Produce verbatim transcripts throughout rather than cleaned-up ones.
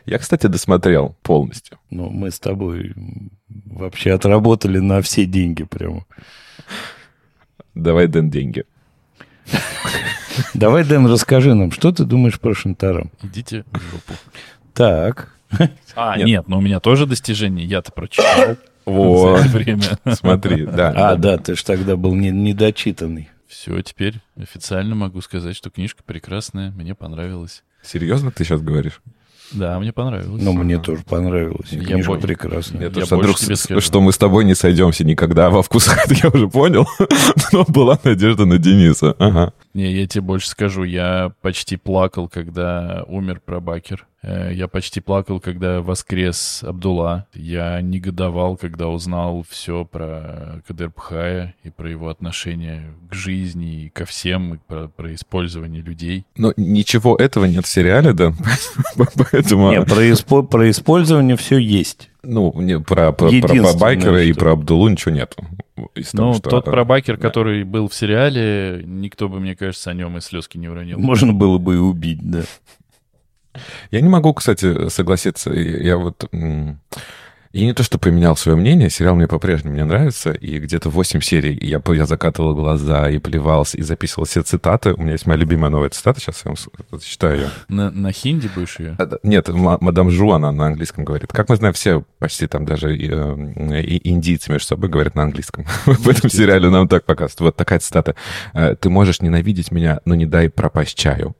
Я, кстати, досмотрел полностью. Ну, мы с тобой вообще отработали на все деньги прямо. Давай, Дэн, деньги. Давай, Дэн, расскажи нам, что ты думаешь про Шантарам? Идите в жопу. Так. А, нет, нет, но у меня тоже достижение. Я-то прочитал. Вот. За это время. Смотри, да. А, да, ты же тогда был не- недочитанный. Все, теперь официально могу сказать, что книжка прекрасная, мне понравилась. Серьезно ты сейчас говоришь? Да, мне понравилось. Ну, мне тоже понравилось. Я Книжка понял. прекрасная. Нет, Я что, больше вдруг, тебе с- скажу. что мы с тобой не сойдемся никогда во вкусах, это я уже понял. Но была надежда на Дениса. Ага. Не, я тебе больше скажу, я почти плакал, когда умер прабакер. Э, Я почти плакал, когда воскрес Абдулла. Я негодовал, когда узнал все про Кадырбхая и про его отношение к жизни и ко всем, и про, про использование людей. Но ничего этого нет в сериале, да? Поэтому... Не, про, испо- про использование все есть. Ну, не, про, про, про, Единственное, про байкера и что- про Абдуллу ничего нету. Из того, Ну, что- тот прабакер, да. который был в сериале, никто бы, мне кажется, о нем и слезки не уронил. Можно было бы и убить, да. Я не могу, кстати, согласиться. Я я вот... м, Я не то, что поменял свое мнение, сериал мне по-прежнему не нравится, и где-то восемь серий я, я закатывал глаза и плевался, и записывал все цитаты. У меня есть моя любимая новая цитата, сейчас я вам с- зачитаю ее. На, на хинди будешь ее? А, да, Нет, ма- мадам Жу, она на английском говорит. Как мы знаем, все почти там даже и, э, и индийцы между собой говорят на английском. В этом сериале нам так показывают. Вот такая цитата. Э, «Ты можешь ненавидеть меня, но не дай пропасть чаю».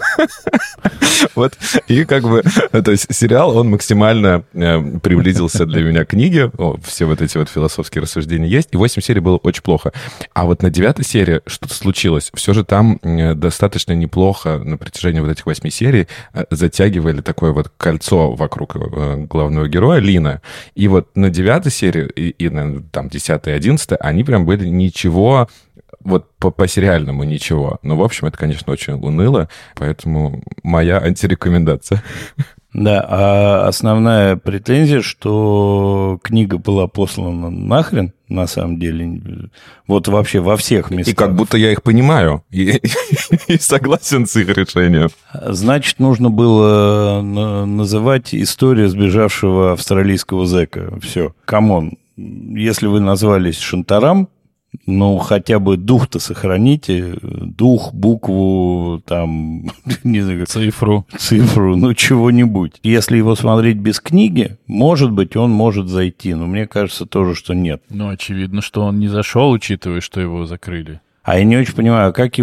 Вот, и как бы, э, то есть сериал, он максимально э, приблизился для меня к книге. О, все вот эти вот философские рассуждения есть. И восемь серий было очень плохо. А вот на девятой серии что-то случилось. Все же там э, достаточно неплохо на протяжении вот этих восьми серий э, затягивали такое вот кольцо вокруг э, главного героя Лина. И вот на девятой серии и, и на там десятой и одиннадцатой они прям были ничего... Вот по, по сериальному ничего. Но, в общем, это, конечно, очень уныло, поэтому моя антирекомендация. Да, а основная претензия, что книга была послана нахрен, на самом деле, вот вообще во всех местах. И как будто я их понимаю и, и согласен с их решением. Значит, нужно было на- называть историю сбежавшего австралийского зэка. Все, камон. Если вы назвались Шантарам, ну, хотя бы дух-то сохраните. Дух, букву, там, не знаю, как Цифру. цифру, ну, чего-нибудь. Если его смотреть без книги, может быть, он может зайти. Но мне кажется тоже, что нет. Ну, очевидно, что он не зашел, учитывая, что его закрыли. А я не очень понимаю, как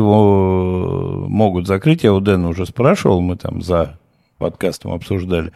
его могут закрыть. Я у Дэна уже спрашивал, мы там за подкастом обсуждали.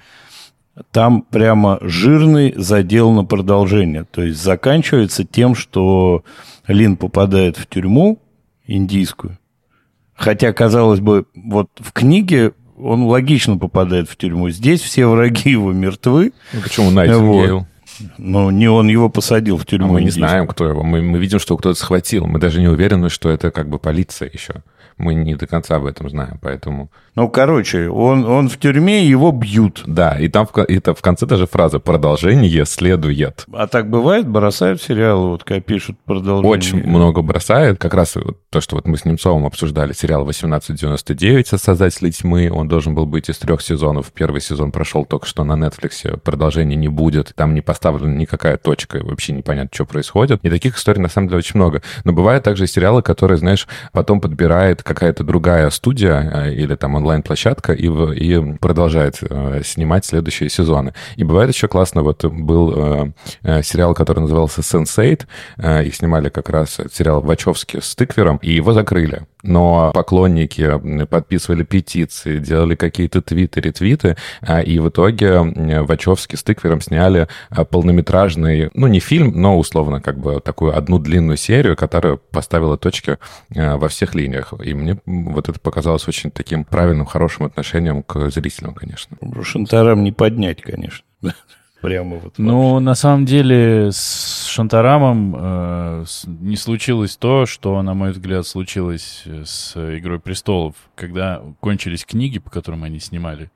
Там прямо жирный задел на продолжение. То есть заканчивается тем, что Лин попадает в тюрьму индийскую. Хотя, казалось бы, вот в книге он логично попадает в тюрьму. Здесь все враги его мертвы. Ну, почему Найтингейл? Но не он его посадил в А тюрьму мы не индийскую. знаем, кто его. Мы, мы видим, что кто-то схватил. Мы даже не уверены, что это как бы полиция еще. Мы не до конца об этом знаем, поэтому... Ну, короче, он, он в тюрьме, его бьют. Да, и там в, ко- это в конце даже фраза «продолжение следует». А так бывает, бросают сериалы, вот как пишут продолжение. Очень много бросает. Как раз вот то, что вот мы с Немцовым обсуждали, сериал восемнадцать девяносто девять от создателей «Тьмы». Он должен был быть из трех сезонов. Первый сезон прошел только что на Netflix. Продолжения не будет. Там не поставлена никакая точка. Вообще непонятно, что происходит. И таких историй, на самом деле, очень много. Но бывают также сериалы, которые, знаешь, потом подбирает какая-то другая студия э, или там онлайн-площадка и, в- и продолжает э, снимать следующие сезоны. И бывает еще классно, вот был э, э, сериал, который назывался «сенс эйт». Э, их снимали как раз сериал Вачовски с тыквером, и его закрыли. Но поклонники подписывали петиции, делали какие-то твиты, ретвиты, э, и в итоге э, Вачовски с тыквером сняли э, полнометражный, ну, не фильм, но условно как бы такую одну длинную серию, которая поставила точки э, во всех линиях. И мне вот это показалось очень таким правильным, хорошим отношением к зрителям, конечно. Шантарам не поднять, конечно. Прямо вот. Ну, на самом деле, с Шантарамом э, с- не случилось то, что, на мой взгляд, случилось с «Игрой престолов». Когда кончились книги, по которым они снимали,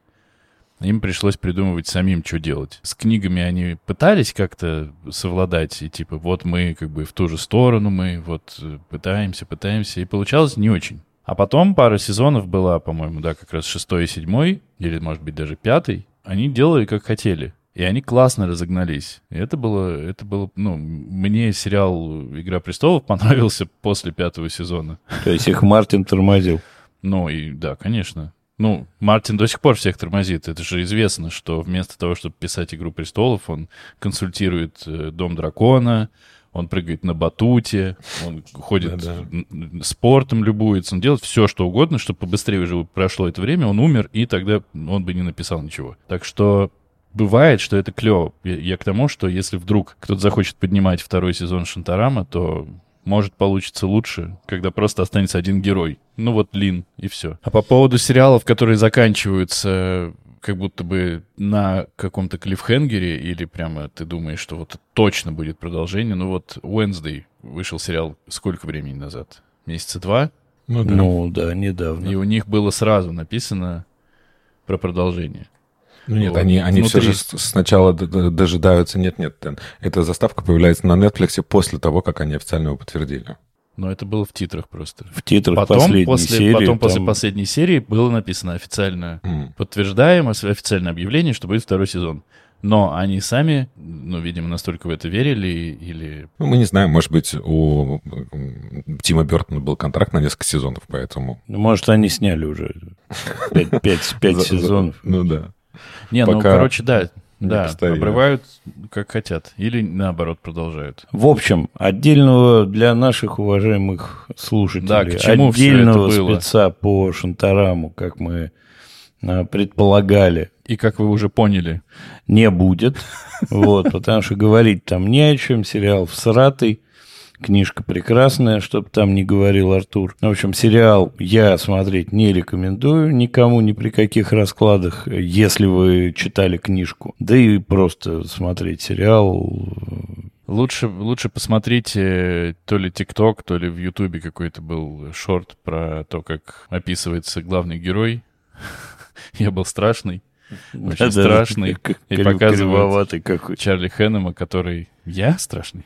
им пришлось придумывать самим, что делать. С книгами они пытались как-то совладать, и типа, вот мы как бы в ту же сторону, мы вот э, пытаемся, пытаемся, и получалось не очень. А потом пара сезонов была, по-моему, да, как раз шестой и седьмой, или, может быть, даже пятый, они делали, как хотели. И они классно разогнались. И это было, это было, ну, мне сериал «Игра престолов» понравился после пятого сезона. То есть их Мартин тормозил. Ну, и да, конечно. Ну, Мартин до сих пор всех тормозит. Это же известно, что вместо того, чтобы писать «Игру престолов», он консультирует «Дом дракона», он прыгает на батуте, он ходит, да-да, спортом любуется, он делает все, что угодно, чтобы побыстрее уже прошло это время, он умер, и тогда он бы не написал ничего. Так что бывает, что это клево. Я, я к тому, что если вдруг кто-то захочет поднимать второй сезон Шантарама, то может получиться лучше, когда просто останется один герой. Ну вот Лин, и все. А по поводу сериалов, которые заканчиваются как будто бы на каком-то клиффхенгере, или прямо ты думаешь, что вот точно будет продолжение, ну вот Wednesday вышел сериал сколько времени назад? Месяца два? Ну да, ну, да недавно. И у них было сразу написано про продолжение. Ну нет, вот. они, они внутри... все же сначала дожидаются... Нет-нет, эта заставка появляется на Netflix после того, как они официально его подтвердили. Но это было в титрах просто. В титрах потом, последней после, серии. Потом там... после последней серии было написано официально, mm. подтверждаем официальное объявление, что будет второй сезон. Но они сами, ну, видимо, настолько в это верили или... Ну, мы не знаем, может быть, у Тима Бёртона был контракт на несколько сезонов, поэтому... Может, они сняли уже пять сезонов. Ну да. Не, ну, короче, да. Да, обрывают как хотят. Или, наоборот, продолжают. В общем, отдельного для наших уважаемых слушателей, да, к чему отдельного спеца по Шантараму, как мы а, предполагали. И как вы уже поняли. Не будет. Вот, потому что говорить там не о чем. Сериал всратый. Книжка прекрасная, чтобы там не говорил Артур. В общем, сериал я смотреть не рекомендую никому, ни при каких раскладах, если вы читали книжку. Да и просто смотреть сериал... Лучше, лучше посмотрите то ли ТикТок, то ли в Ютубе какой-то был шорт про то, как описывается главный герой. Я был страшный. Очень да, страшный. Да, и показывают какой. Чарли Хэннема, который... Я страшный?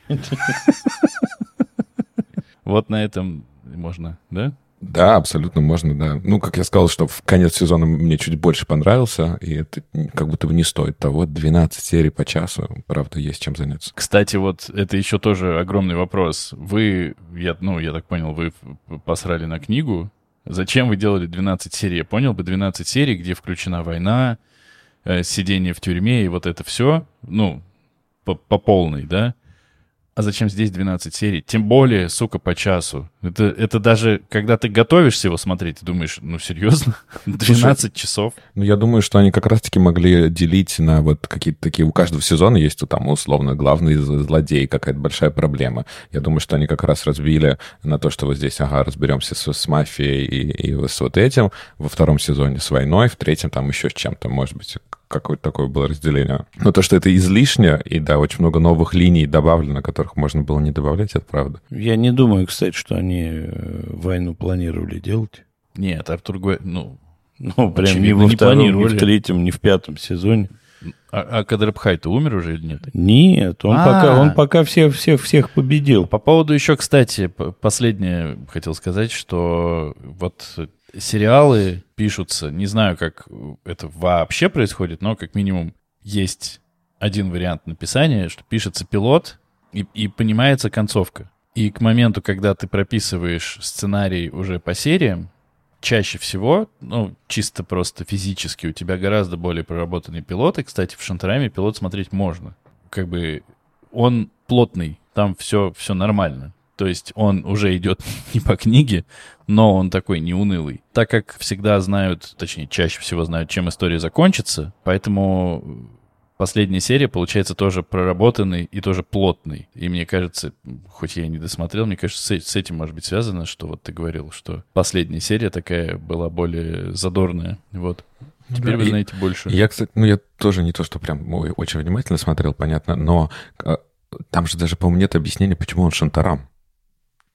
Вот на этом можно, да? Да, абсолютно можно, да. Ну, как я сказал, что в конец сезона мне чуть больше понравился, и это как будто бы не стоит того. двенадцать серий по часу, правда, есть чем заняться. Кстати, вот это еще тоже огромный вопрос. Вы, я, ну, я так понял, вы посрали на книгу. Зачем вы делали двенадцать серий? Я понял бы, двенадцать серий, где включена война, э, сидение в тюрьме и вот это все, ну, по, по полной, да? А зачем здесь двенадцать серий? Тем более, сука, по часу. Это, это даже, когда ты готовишься его смотреть, ты думаешь, ну, серьезно? двенадцать часов? Ну, я думаю, что они как раз-таки могли делить на вот какие-то такие... У каждого сезона есть там, условно, главный злодей, какая-то большая проблема. Я думаю, что они как раз разбили на то, что вот здесь, ага, разберемся с, с мафией и, и с вот этим. Во втором сезоне с войной, в третьем там еще с чем-то, может быть, какое-то такое было разделение. Но то, что это излишне, и да, очень много новых линий добавлено, которых можно было не добавлять, это правда. Я не думаю, кстати, что они войну планировали делать. Нет, Артур говорит, ну... Ну, прям ни во втором, ни в третьем, ни в пятом сезоне. А, а Кадрабхай-то умер уже или нет? Нет, он пока, он пока всех, всех, всех победил. По поводу еще, кстати, последнее хотел сказать, что вот... Сериалы пишутся, не знаю, как это вообще происходит, но как минимум есть один вариант написания, что пишется пилот и, и понимается концовка. И к моменту, когда ты прописываешь сценарий уже по сериям, чаще всего, ну, чисто просто физически, у тебя гораздо более проработанный пилот. И, кстати, в Шантараме пилот смотреть можно. Как бы он плотный, там все, все нормально. То есть он уже идет не по книге, но он такой неунылый. Так как всегда знают, точнее, чаще всего знают, чем история закончится, поэтому последняя серия получается тоже проработанной и тоже плотной. И мне кажется, хоть я и не досмотрел, мне кажется, с этим может быть связано, что вот ты говорил, что последняя серия такая была более задорная. Вот. Теперь да, вы знаете и, больше. Я, кстати, ну я тоже не то, что прям ой, очень внимательно смотрел, понятно, но э, там же даже, по-моему, нет объяснения, почему он Шантарам.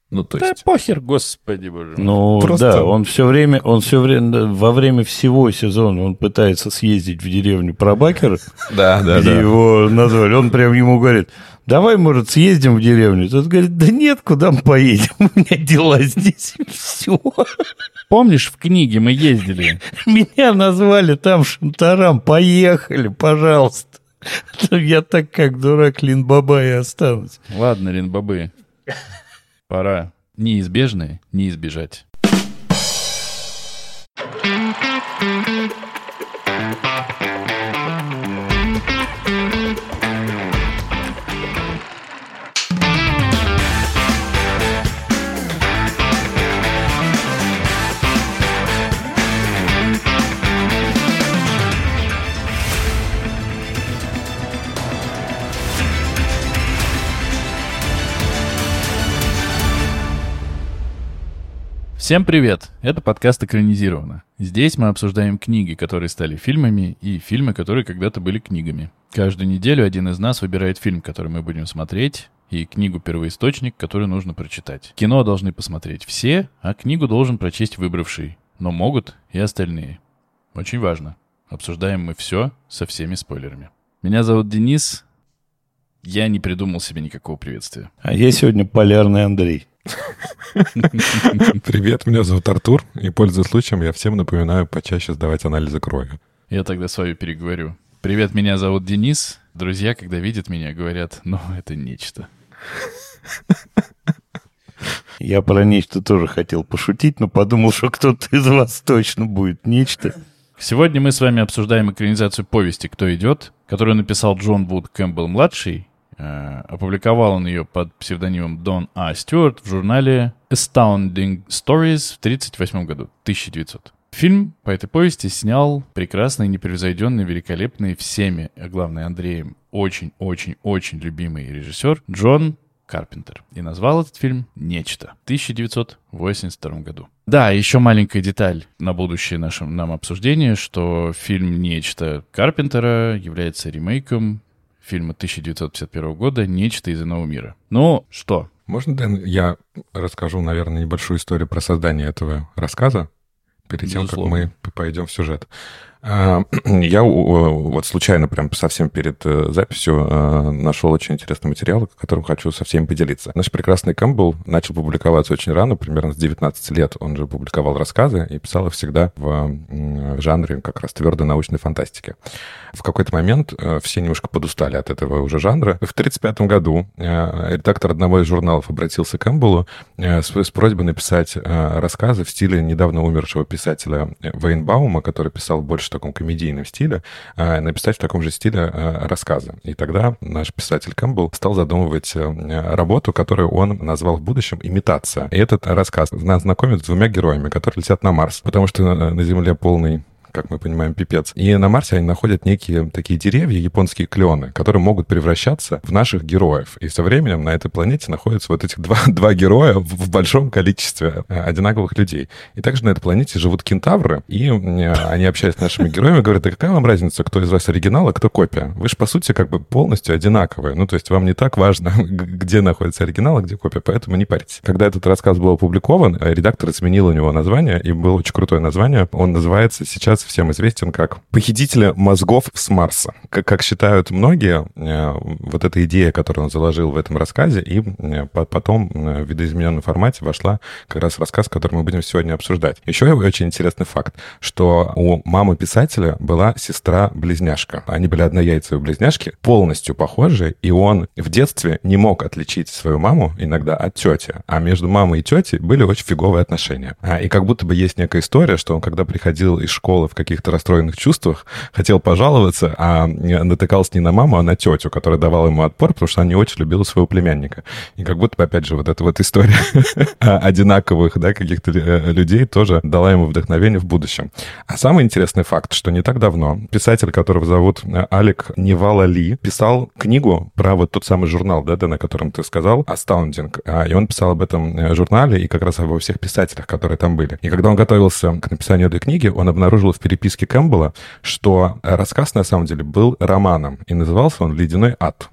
Ну, то Да есть... похер, господи боже мой. Ну, Просто- да, он все время, он все время, во время всего сезона он пытается съездить в деревню Пробакера, Да, да, где да. его назвали. Он прям ему говорит, давай, может, съездим в деревню. Тот говорит, да нет, куда мы поедем, у меня дела здесь, и все. Помнишь, в книге мы ездили? Меня назвали там Шантарам, поехали, пожалуйста. Я так как дурак Лин-Баба и останусь. Ладно, Лин-бабы, пора. Неизбежное не избежать. Всем привет! Это подкаст «Экранизировано». Здесь мы обсуждаем книги, которые стали фильмами, и фильмы, которые когда-то были книгами. Каждую неделю один из нас выбирает фильм, который мы будем смотреть, и книгу-первоисточник, которую нужно прочитать. Кино должны посмотреть все, а книгу должен прочесть выбравший. Но могут и остальные. Очень важно. Обсуждаем мы все со всеми спойлерами. Меня зовут Денис. Я не придумал себе никакого приветствия. А я сегодня полярный Андрей. Привет, меня зовут Артур, и, пользуясь случаем, я всем напоминаю почаще сдавать анализы крови. Я тогда с вами переговорю. Привет, меня зовут Денис. Друзья, когда видят меня, говорят, ну, это нечто. Я про нечто тоже хотел пошутить, но подумал, что кто-то из вас точно будет нечто. Сегодня мы с вами обсуждаем экранизацию повести «Кто идет», которую написал Джон Вуд Кэмпбелл-младший. Э, опубликовал он ее под псевдонимом Дон А. Стюарт в журнале Astounding Stories в тридцать восьмом году, тысяча девятьсот. Фильм по этой повести снял прекрасный, непревзойденный, великолепный всеми, а главное Андреем, очень-очень-очень любимый режиссер Джон Карпентер. И назвал этот фильм «Нечто» в тысяча девятьсот восемьдесят втором году. Да, еще маленькая деталь на будущее нашем нам обсуждение, что фильм «Нечто» Карпентера является ремейком фильма тысяча девятьсот пятьдесят первого года «Нечто из иного мира». Ну, что? Можно, Дэн, я расскажу, наверное, небольшую историю про создание этого рассказа перед тем, Безусловно. как мы пойдем в сюжет. Я вот случайно, прям совсем перед записью, нашел очень интересный материал, которым хочу со всеми поделиться. Наш прекрасный Кэмпбелл начал публиковаться очень рано, примерно с девятнадцати лет. Он же публиковал рассказы и писал их всегда в жанре как раз твердой научной фантастики. В какой-то момент все немножко подустали от этого уже жанра. В тридцать пятом году редактор одного из журналов обратился к Кэмпбеллу с, с просьбой написать рассказы в стиле недавно умершего писателя Вейнбаума, который писал больше в таком комедийном стиле, написать в таком же стиле рассказы. И тогда наш писатель Кэмпбелл стал задумывать работу, которую он назвал в будущем «Имитация». И этот рассказ нас знакомит с двумя героями, которые летят на Марс, потому что на Земле полный, как мы понимаем, пипец. И на Марсе они находят некие такие деревья, японские клены, которые могут превращаться в наших героев. И со временем на этой планете находятся вот этих два, два героя в, в большом количестве одинаковых людей. И также на этой планете живут кентавры, и они общаются с нашими героями, говорят, да какая вам разница, кто из вас оригинал, а кто копия? Вы же, по сути, как бы полностью одинаковые. Ну, то есть вам не так важно, где находится оригинал, а где копия, поэтому не парьтесь. Когда этот рассказ был опубликован, редактор изменил у него название, и было очень крутое название. Он называется сейчас всем известен как «Похитители мозгов с Марса». Как, как считают многие, э, вот эта идея, которую он заложил в этом рассказе, и э, потом э, в видоизмененном формате вошла как раз рассказ, который мы будем сегодня обсуждать. Еще очень интересный факт, что у мамы писателя была сестра-близняшка. Они были однояйцевые близняшки, полностью похожие, и он в детстве не мог отличить свою маму иногда от тети, а между мамой и тетей были очень фиговые отношения. И как будто бы есть некая история, что он, когда приходил из школы в каких-то расстроенных чувствах, хотел пожаловаться, а натыкался не на маму, а на тетю, которая давала ему отпор, потому что она не очень любила своего племянника. И как будто бы, опять же, вот эта вот история одинаковых, да, каких-то людей тоже дала ему вдохновение в будущем. А самый интересный факт, что не так давно писатель, которого зовут Алек Невала-Ли, писал книгу про вот тот самый журнал, да, на котором ты сказал, Astounding. И он писал об этом журнале и как раз обо всех писателях, которые там были. И когда он готовился к написанию этой книги, он обнаружил в переписке Кэмпбелла, что рассказ на самом деле был романом, и назывался он «Ледяной ад».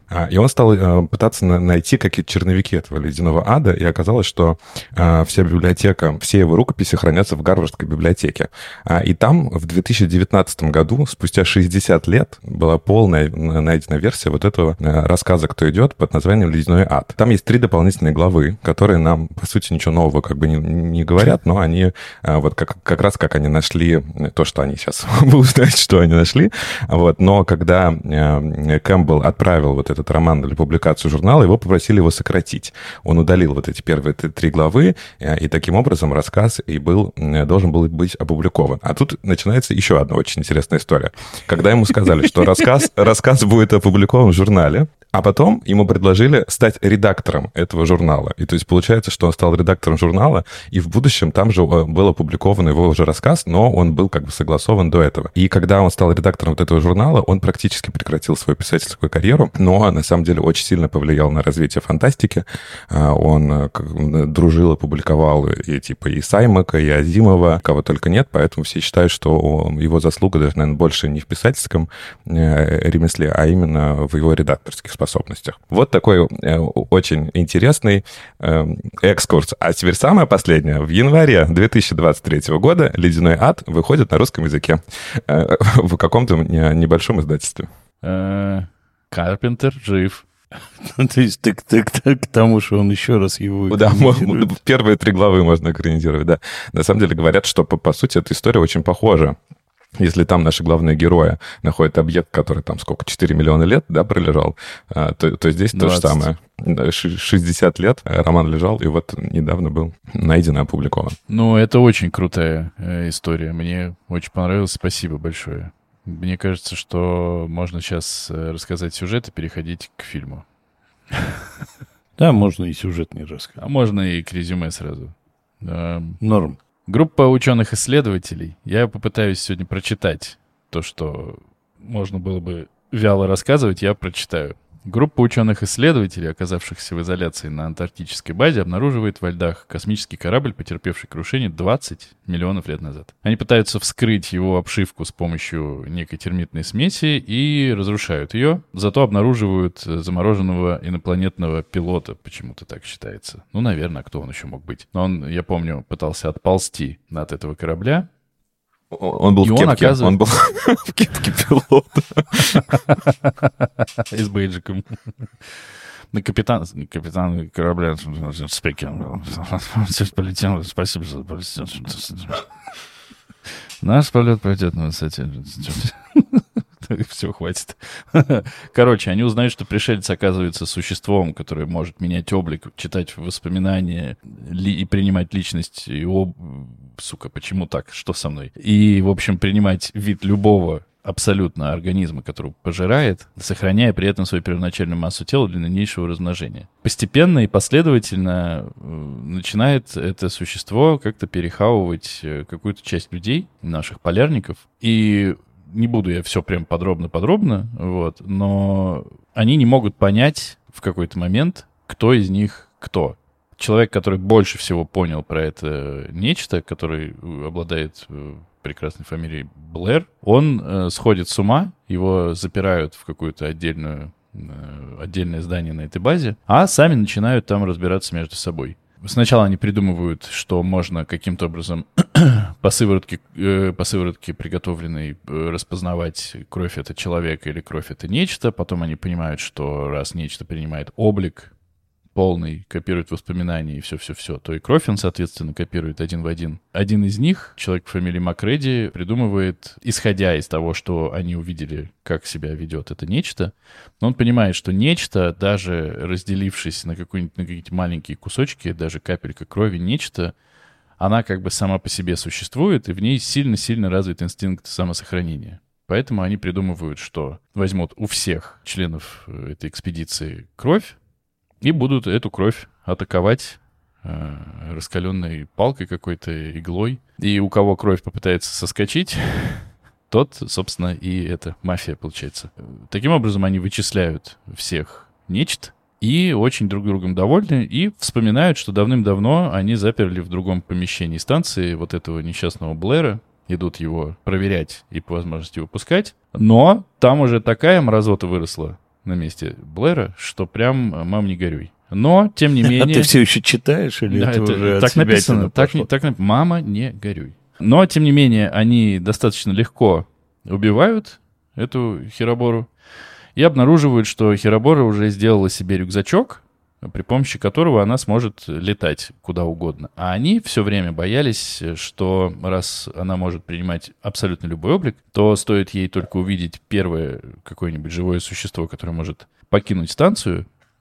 И он стал пытаться найти какие-то черновики этого «Ледяного ада», и оказалось, что вся библиотека, все его рукописи хранятся в Гарвардской библиотеке. И там в две тысячи девятнадцатом году, спустя шестьдесят лет, была полная найдена версия вот этого рассказа «Кто идет» под названием «Ледяной ад». Там есть три дополнительные главы, которые нам, по сути, ничего нового как бы не, не говорят, но они вот как, как раз как они нашли то, что они сейчас вы узнаете, что они нашли. Вот. Но когда Кэмпбелл отправил вот этот роман для публикации журнала, его попросили его сократить. Он удалил вот эти первые три главы, и таким образом рассказ и был, должен был быть опубликован. А тут начинается еще одна очень интересная история. Когда ему сказали, что рассказ, рассказ будет опубликован в журнале, а потом ему предложили стать редактором этого журнала. И то есть получается, что он стал редактором журнала, и в будущем там же был опубликован его уже рассказ, но он был как бы согласован до этого. И когда он стал редактором вот этого журнала, он практически прекратил свою писательскую карьеру, но на самом деле очень сильно повлиял на развитие фантастики. Он дружил и публиковал и типа и Саймака, и Азимова, кого только нет, поэтому все считают, что его заслуга даже, наверное, больше не в писательском ремесле, а именно в его редакторских способностях. Вот такой э, очень интересный э, экскурс. А теперь самое последнее. В январе две тысячи двадцать третьего года «Ледяной ад» выходит на русском языке э, в каком-то небольшом издательстве. Карпентер жив. То есть ты, ты, ты к тому, что он еще раз его... Да, первые три главы можно экранизировать, да. На самом деле говорят, что, по, по сути, эта история очень похожа. Если там наши главные герои находят объект, который там сколько, четыре миллиона лет, да, пролежал, то, то здесь двадцать. То же самое. шестьдесят лет роман лежал, и вот недавно был найден и опубликован. Ну, это очень крутая история. Мне очень понравилось. Спасибо большое. Мне кажется, что можно сейчас рассказать сюжет и переходить к фильму. Да, можно и сюжетный рассказ. А можно и к резюме сразу. Норм. Группа ученых-исследователей. Я попытаюсь сегодня прочитать то, что можно было бы вяло рассказывать, я прочитаю. Группа ученых-исследователей, оказавшихся в изоляции на антарктической базе, обнаруживает во льдах космический корабль, потерпевший крушение двадцать миллионов лет назад. Они пытаются вскрыть его обшивку с помощью некой термитной смеси и разрушают ее, зато обнаруживают замороженного инопланетного пилота, почему-то так считается. Ну, наверное, кто он еще мог быть. Но он, я помню, пытался отползти от этого корабля. Он был и в кепке, он, оказывается... он был в кепке пилота. И с бейджиком. На капитан, капитан корабля спикер. Полетел, спасибо за полет. Наш полет пройдет на высоте. Все, хватит. Короче, они узнают, что пришелец оказывается существом, которое может менять облик, читать воспоминания ли, и принимать личность. И об... Сука, почему так? Что со мной? И, в общем, принимать вид любого абсолютно организма, который пожирает, сохраняя при этом свою первоначальную массу тела для дальнейшего размножения. Постепенно и последовательно начинает это существо как-то перехавывать какую-то часть людей, наших полярников. И не буду я все прям подробно-подробно, вот, но они не могут понять в какой-то момент, кто из них кто. Человек, который больше всего понял про это нечто, который обладает прекрасной фамилией Блэр, он э, сходит с ума, его запирают в какое-то отдельную, э, отдельное здание на этой базе, а сами начинают там разбираться между собой. Сначала они придумывают, что можно каким-то образом по сыворотке, э, по сыворотке приготовленной э, распознавать, кровь это человека или кровь это нечто. Потом они понимают, что раз нечто принимает облик полный, копирует воспоминания и все-все-все, то и кровь он, соответственно, копирует один в один. Один из них, человек по фамилии Макреди, придумывает, исходя из того, что они увидели, как себя ведет это нечто, он понимает, что нечто, даже разделившись на, какую-нибудь, на какие-то маленькие кусочки, даже капелька крови, нечто, она как бы сама по себе существует, и в ней сильно-сильно развит инстинкт самосохранения. Поэтому они придумывают, что возьмут у всех членов этой экспедиции кровь, и будут эту кровь атаковать э, раскаленной палкой какой-то, иглой. И у кого кровь попытается соскочить, тот, собственно, и это мафия получается. Таким образом, они вычисляют всех нечто и очень друг другом довольны, и вспоминают, что давным-давно они заперли в другом помещении станции вот этого несчастного Блэра, идут его проверять и по возможности выпускать. Но там уже такая мразота выросла на месте Блэра, что прям «мам, не горюй». Но, тем не менее... А ты все еще читаешь или да, это, это уже так от себя написано, так, так написано, «мама, не горюй». Но, тем не менее, они достаточно легко убивают эту Хиробору и обнаруживают, что Хиробора уже сделала себе рюкзачок, при помощи которого она сможет летать куда угодно. А они все время боялись, что раз она может принимать абсолютно любой облик, то стоит ей только увидеть первое какое-нибудь живое существо, которое может покинуть станцию,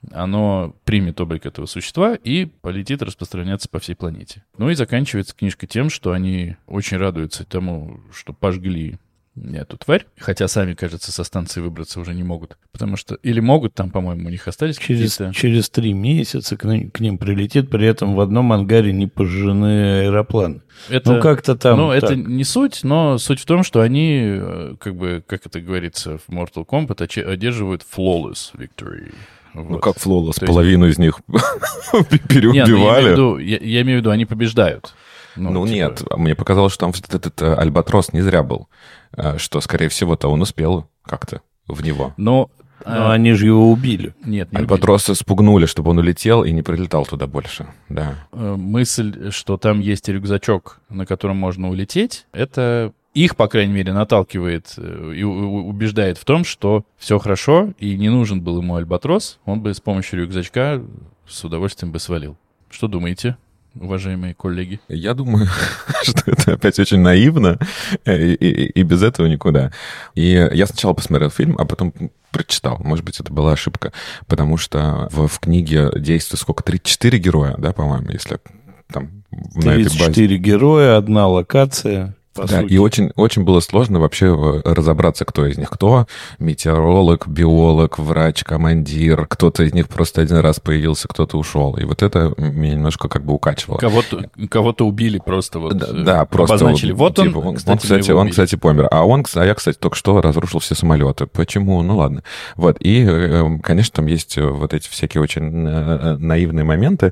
оно примет облик этого существа и полетит распространяться по всей планете. Ну и заканчивается книжка тем, что они очень радуются тому, что пожгли эту тварь, хотя сами, кажется, со станции выбраться уже не могут. Потому что... Или могут, там, по-моему, у них остались через, какие-то... Через три месяца к, к ним прилетит, при этом в одном ангаре не пожжены аэропланы. Это, ну, как-то там... Ну, это так. не суть, но суть в том, что они, как бы, как это говорится в Mortal Kombat, одерживают flawless victory. Вот. Ну, как флолос, То половину есть... из них переубивали. Нет, ну, я, имею в виду, я, я имею в виду, они побеждают. Ну, ну типа... нет, мне показалось, что там этот, этот Альбатрос не зря был. Что, скорее всего-то, он успел как-то в него. Но, Но а... они же его убили. Нет, не Альбатроса убили. Спугнули, чтобы он улетел и не прилетал туда больше. Да. Мысль, что там есть рюкзачок, на котором можно улететь, это их, по крайней мере, наталкивает и убеждает в том, что все хорошо, и не нужен был ему Альбатрос, он бы с помощью рюкзачка с удовольствием бы свалил. Что думаете, уважаемые коллеги? Я думаю, что это опять очень наивно, и, и, и без этого никуда. И я сначала посмотрел фильм, а потом прочитал. Может быть, это была ошибка, потому что в, в книге действует сколько? тридцать четыре героя, да, по-моему, если там на этой базе. тридцать четыре героя, одна локация. Да, сути. И очень, очень было сложно вообще разобраться, кто из них кто. Метеоролог, биолог, врач, командир. Кто-то из них просто один раз появился, кто-то ушел. И вот это меня немножко как бы укачивало. Кого-то, кого-то убили просто вот. Да, да просто обозначили. Вот типа, он, он, кстати, он, кстати, он, кстати, помер. А он, а я, кстати, только что разрушил все самолеты. Почему? Ну ладно. Вот. И, конечно, там есть вот эти всякие очень наивные моменты.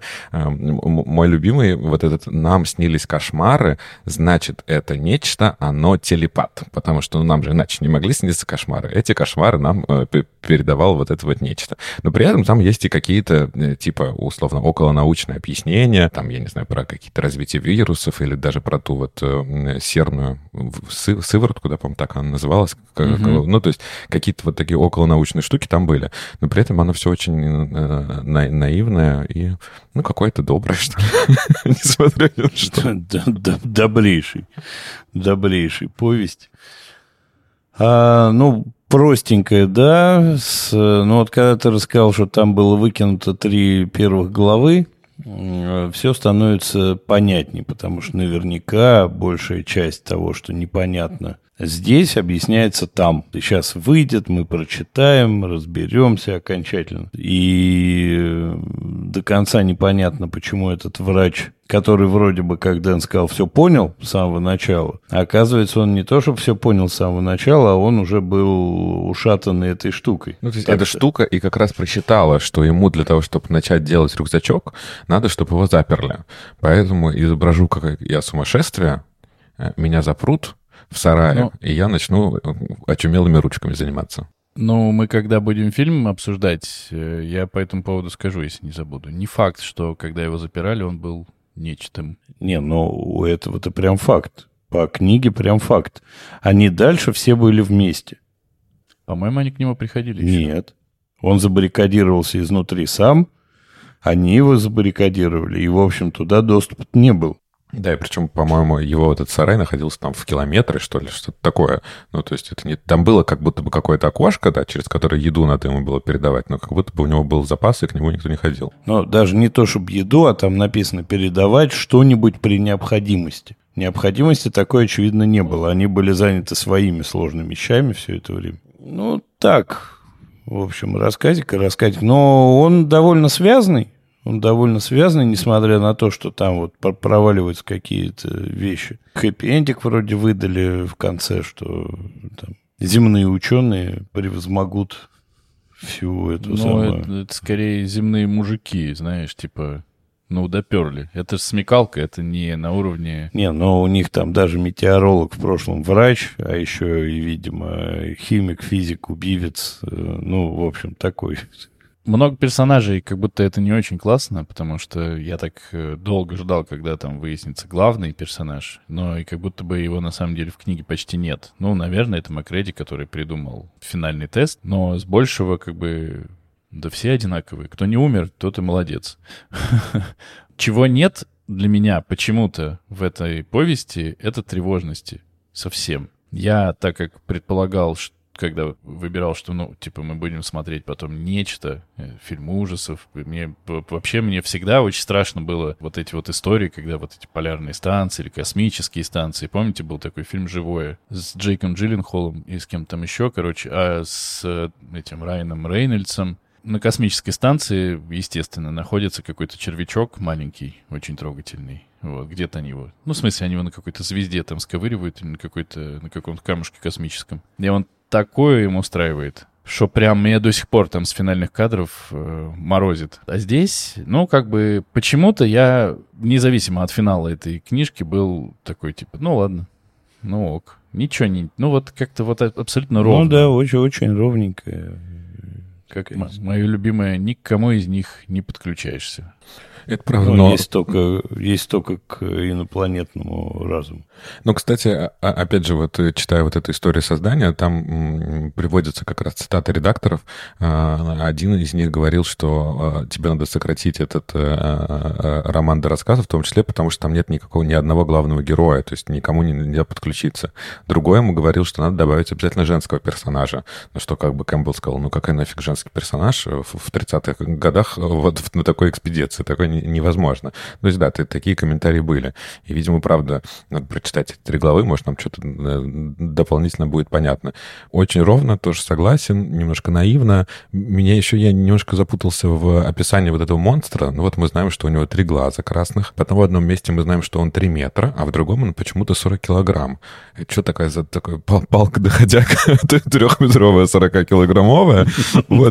Мой любимый, вот этот «нам снились кошмары», значит, это не нечто, оно телепат, потому что ну, нам же иначе не могли сниться кошмары. Эти кошмары нам э, передавал вот это вот нечто. Но при этом там есть и какие-то, э, типа, условно, околонаучные объяснения, там, я не знаю, про какие-то развития вирусов или даже про ту вот э, серную сы- сыворотку, да, по-моему, так она называлась. Mm-hmm. Ну, то есть какие-то вот такие околонаучные штуки там были. Но при этом оно все очень э, на- наивное и, ну, какое-то доброе, что ли. Несмотря ни на что. Добрейший. Добрейший повесть. А, ну, простенькая, да. С, ну, вот когда ты рассказал, что там было выкинуто три первых главы, все становится понятнее, потому что наверняка большая часть того, что непонятно здесь, объясняется там. Сейчас выйдет, мы прочитаем, разберемся окончательно. И до конца непонятно, почему этот врач, который вроде бы, как Дэн сказал, все понял с самого начала, а оказывается, он не то, чтобы все понял с самого начала, а он уже был ушатанный этой штукой. Ну, то есть эта штука и как раз просчитала, что ему для того, чтобы начать делать рюкзачок, надо, чтобы его заперли. Поэтому изображу, как я сумасшествие, меня запрут в сарае, ну, и я начну очумелыми ручками заниматься. Ну, мы когда будем фильм обсуждать, я по этому поводу скажу, если не забуду. Не факт, что когда его запирали, он был нечто. Не, ну, у этого-то прям факт. По книге прям факт. Они дальше все были вместе. По-моему, они к нему приходили еще. Нет. Он забаррикадировался изнутри сам, они его забаррикадировали, и, в общем, туда доступа не был. Да, и причем, по-моему, его этот сарай находился там в километре, что ли, что-то такое. Ну, то есть это не... Там было как будто бы какое-то окошко, да, через которое еду надо ему было передавать, но как будто бы у него был запас, и к нему никто не ходил. Ну, даже не то, чтобы еду, а там написано «передавать что-нибудь при необходимости». Необходимости такой, очевидно, не было. Они были заняты своими сложными вещами все это время. Ну, так, в общем, рассказик и рассказик. Но он довольно связанный. Он довольно связанный, несмотря на то, что там вот проваливаются какие-то вещи. Хэппи-эндик вроде выдали в конце, что там земные ученые превозмогут всю эту ну, самую... Это, это скорее земные мужики, знаешь, типа ну, доперли. Это же смекалка, это не на уровне... Не, но у них там даже метеоролог в прошлом врач, а еще и, видимо, химик, физик, убивец. Ну, в общем, такой... Много персонажей, как будто это не очень классно, потому что я так долго ждал, когда там выяснится главный персонаж, но и как будто бы его на самом деле в книге почти нет. Ну, наверное, это Макреди, который придумал финальный тест, но с большего как бы... Да все одинаковые. Кто не умер, тот и молодец. Чего нет для меня почему-то в этой повести, это тревожности. Совсем. Я, так как предполагал, что когда выбирал, что, ну, типа, мы будем смотреть потом нечто, фильм ужасов. Мне, вообще, мне всегда очень страшно было вот эти вот истории, когда вот эти полярные станции или космические станции. Помните, был такой фильм «Живое» с Джейком Джилленхолом и с кем-то там еще, короче, а с этим Райаном Рейнольдсом. На космической станции, естественно, находится какой-то червячок маленький, очень трогательный. Вот, где-то они его... Ну, в смысле, они его на какой-то звезде там сковыривают или на, какой-то, на каком-то камушке космическом. И он такое им устраивает, что прям меня до сих пор там с финальных кадров э, морозит. А здесь, ну, как бы, почему-то я, независимо от финала этой книжки, был такой, типа, ну, ладно, ну, ок. Ничего не... Ну, вот как-то вот абсолютно ровно. Ну, да, очень-очень ровненько. Как м- мое любимое, ни к кому из них не подключаешься. Это правда, ну, но... Есть только, есть только к инопланетному разуму. Ну, кстати, опять же, вот читая вот эту историю создания, там м, приводятся как раз цитаты редакторов. Один из них говорил, что тебе надо сократить этот роман до рассказа, в том числе, потому что там нет никакого, ни одного главного героя, то есть никому нельзя подключиться. Другой ему говорил, что надо добавить обязательно женского персонажа. На что как бы Кэмпбелл сказал, ну какой нафиг женский персонаж в тридцатых годах вот на такой экспедиции, такой невозможно. То есть, да, такие комментарии были. И, видимо, правда, надо прочитать эти три главы, может, нам что-то дополнительно будет понятно. Очень ровно, тоже согласен, немножко наивно. Меня еще, я немножко запутался в описании вот этого монстра. Ну вот мы знаем, что у него три глаза красных. Потом в одном месте мы знаем, что он три метра, а в другом он почему-то сорок килограмм. Что такая за такой палка-доходяга трехметровая, сорокакилограммовая? Вот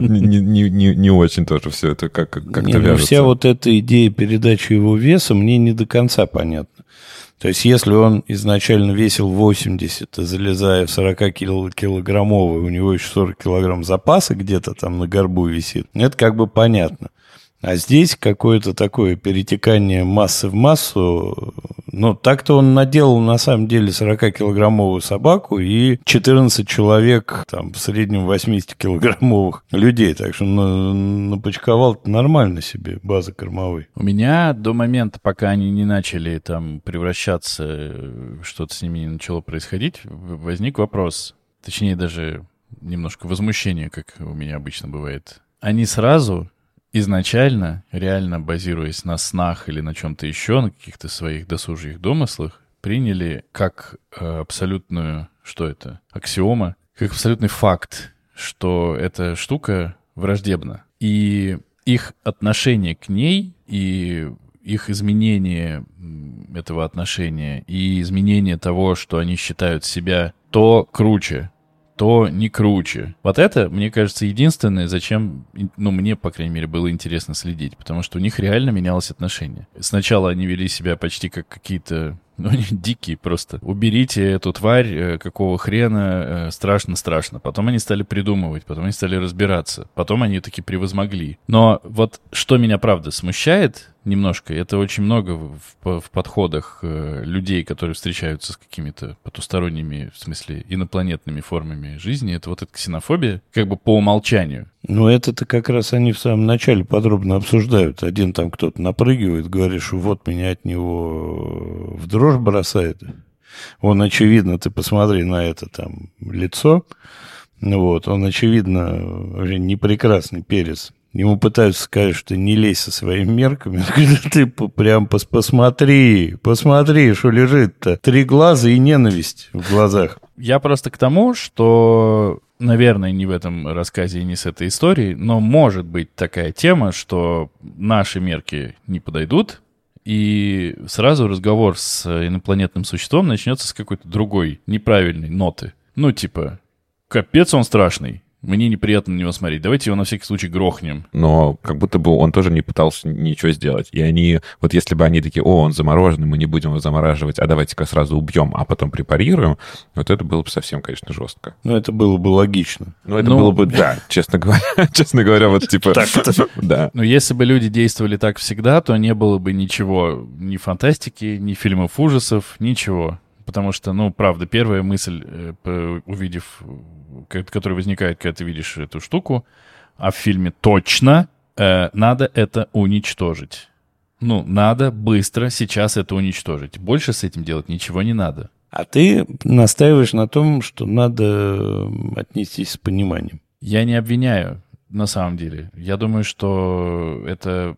не очень тоже все это как-то вяжется. Вся вот эта идея передачи его веса мне не до конца понятна. То есть, если он изначально весил восемьдесят, залезая в сорокакилограммовый, у него еще сорок килограмм запаса где-то там на горбу висит, это как бы понятно. А здесь какое-то такое перетекание массы в массу. Ну, так-то он наделал, на самом деле, сорокакилограммовую собаку и четырнадцать человек, там, в среднем восьмидесятикилограммовых людей. Так что напочковал нормально себе базы кормовой. У меня до момента, пока они не начали там превращаться, что-то с ними не начало происходить, возник вопрос, точнее, даже немножко возмущение, как у меня обычно бывает. Они сразу... изначально, реально базируясь на снах или на чем-то еще, на каких-то своих досужих домыслах, приняли как э, абсолютную, что это, аксиома, как абсолютный факт, что эта штука враждебна. И их отношение к ней, и их изменение этого отношения, и изменение того, что они считают себя то круче, то не круче. Вот это, мне кажется, единственное, зачем, ну, мне, по крайней мере, было интересно следить, потому что у них реально менялось отношение. Сначала они вели себя почти как какие-то, ну, они дикие просто. Уберите эту тварь, какого хрена, страшно-страшно. Потом они стали придумывать, потом они стали разбираться, потом они таки превозмогли. Но вот что меня, правда, смущает немножко, это очень много в, в подходах э, людей, которые встречаются с какими-то потусторонними, в смысле, инопланетными формами жизни, это вот эта ксенофобия, как бы по умолчанию. Ну, это-то как раз они в самом начале подробно обсуждают. Один там кто-то напрыгивает, говорит, что вот меня от него в дрожь бросает. Он, очевидно, ты посмотри на это там лицо, вот, он, очевидно, не прекрасный перец. Ему пытаются сказать, что не лезь со своими мерками. Ты прям пос посмотри, посмотри, что лежит-то. Три глаза и ненависть в глазах. Я просто к тому, что, наверное, не в этом рассказе и не с этой историей, но может быть такая тема, что наши мерки не подойдут, и сразу разговор с инопланетным существом начнется с какой-то другой, неправильной ноты. Ну, типа, капец он страшный. Мне неприятно на него смотреть. Давайте его на всякий случай грохнем. Но как будто бы он тоже не пытался ничего сделать. И они, вот если бы они такие, о, он замороженный, мы не будем его замораживать, а давайте-ка сразу убьем, а потом препарируем, вот это было бы совсем, конечно, жестко. Ну, это было бы логично. Ну, это Ну, было бы, да, честно говоря, честно говоря, вот типа... Да. Но если бы люди действовали так всегда, то не было бы ничего, ни фантастики, ни фильмов ужасов, ничего. Потому что, ну, правда, первая мысль, э, по- увидев, э, которая возникает, когда ты видишь эту штуку, а в фильме точно э, надо это уничтожить. Ну, надо быстро сейчас это уничтожить. Больше с этим делать ничего не надо. А ты настаиваешь на том, что надо отнестись с пониманием. Я не обвиняю, на самом деле. Я думаю, что это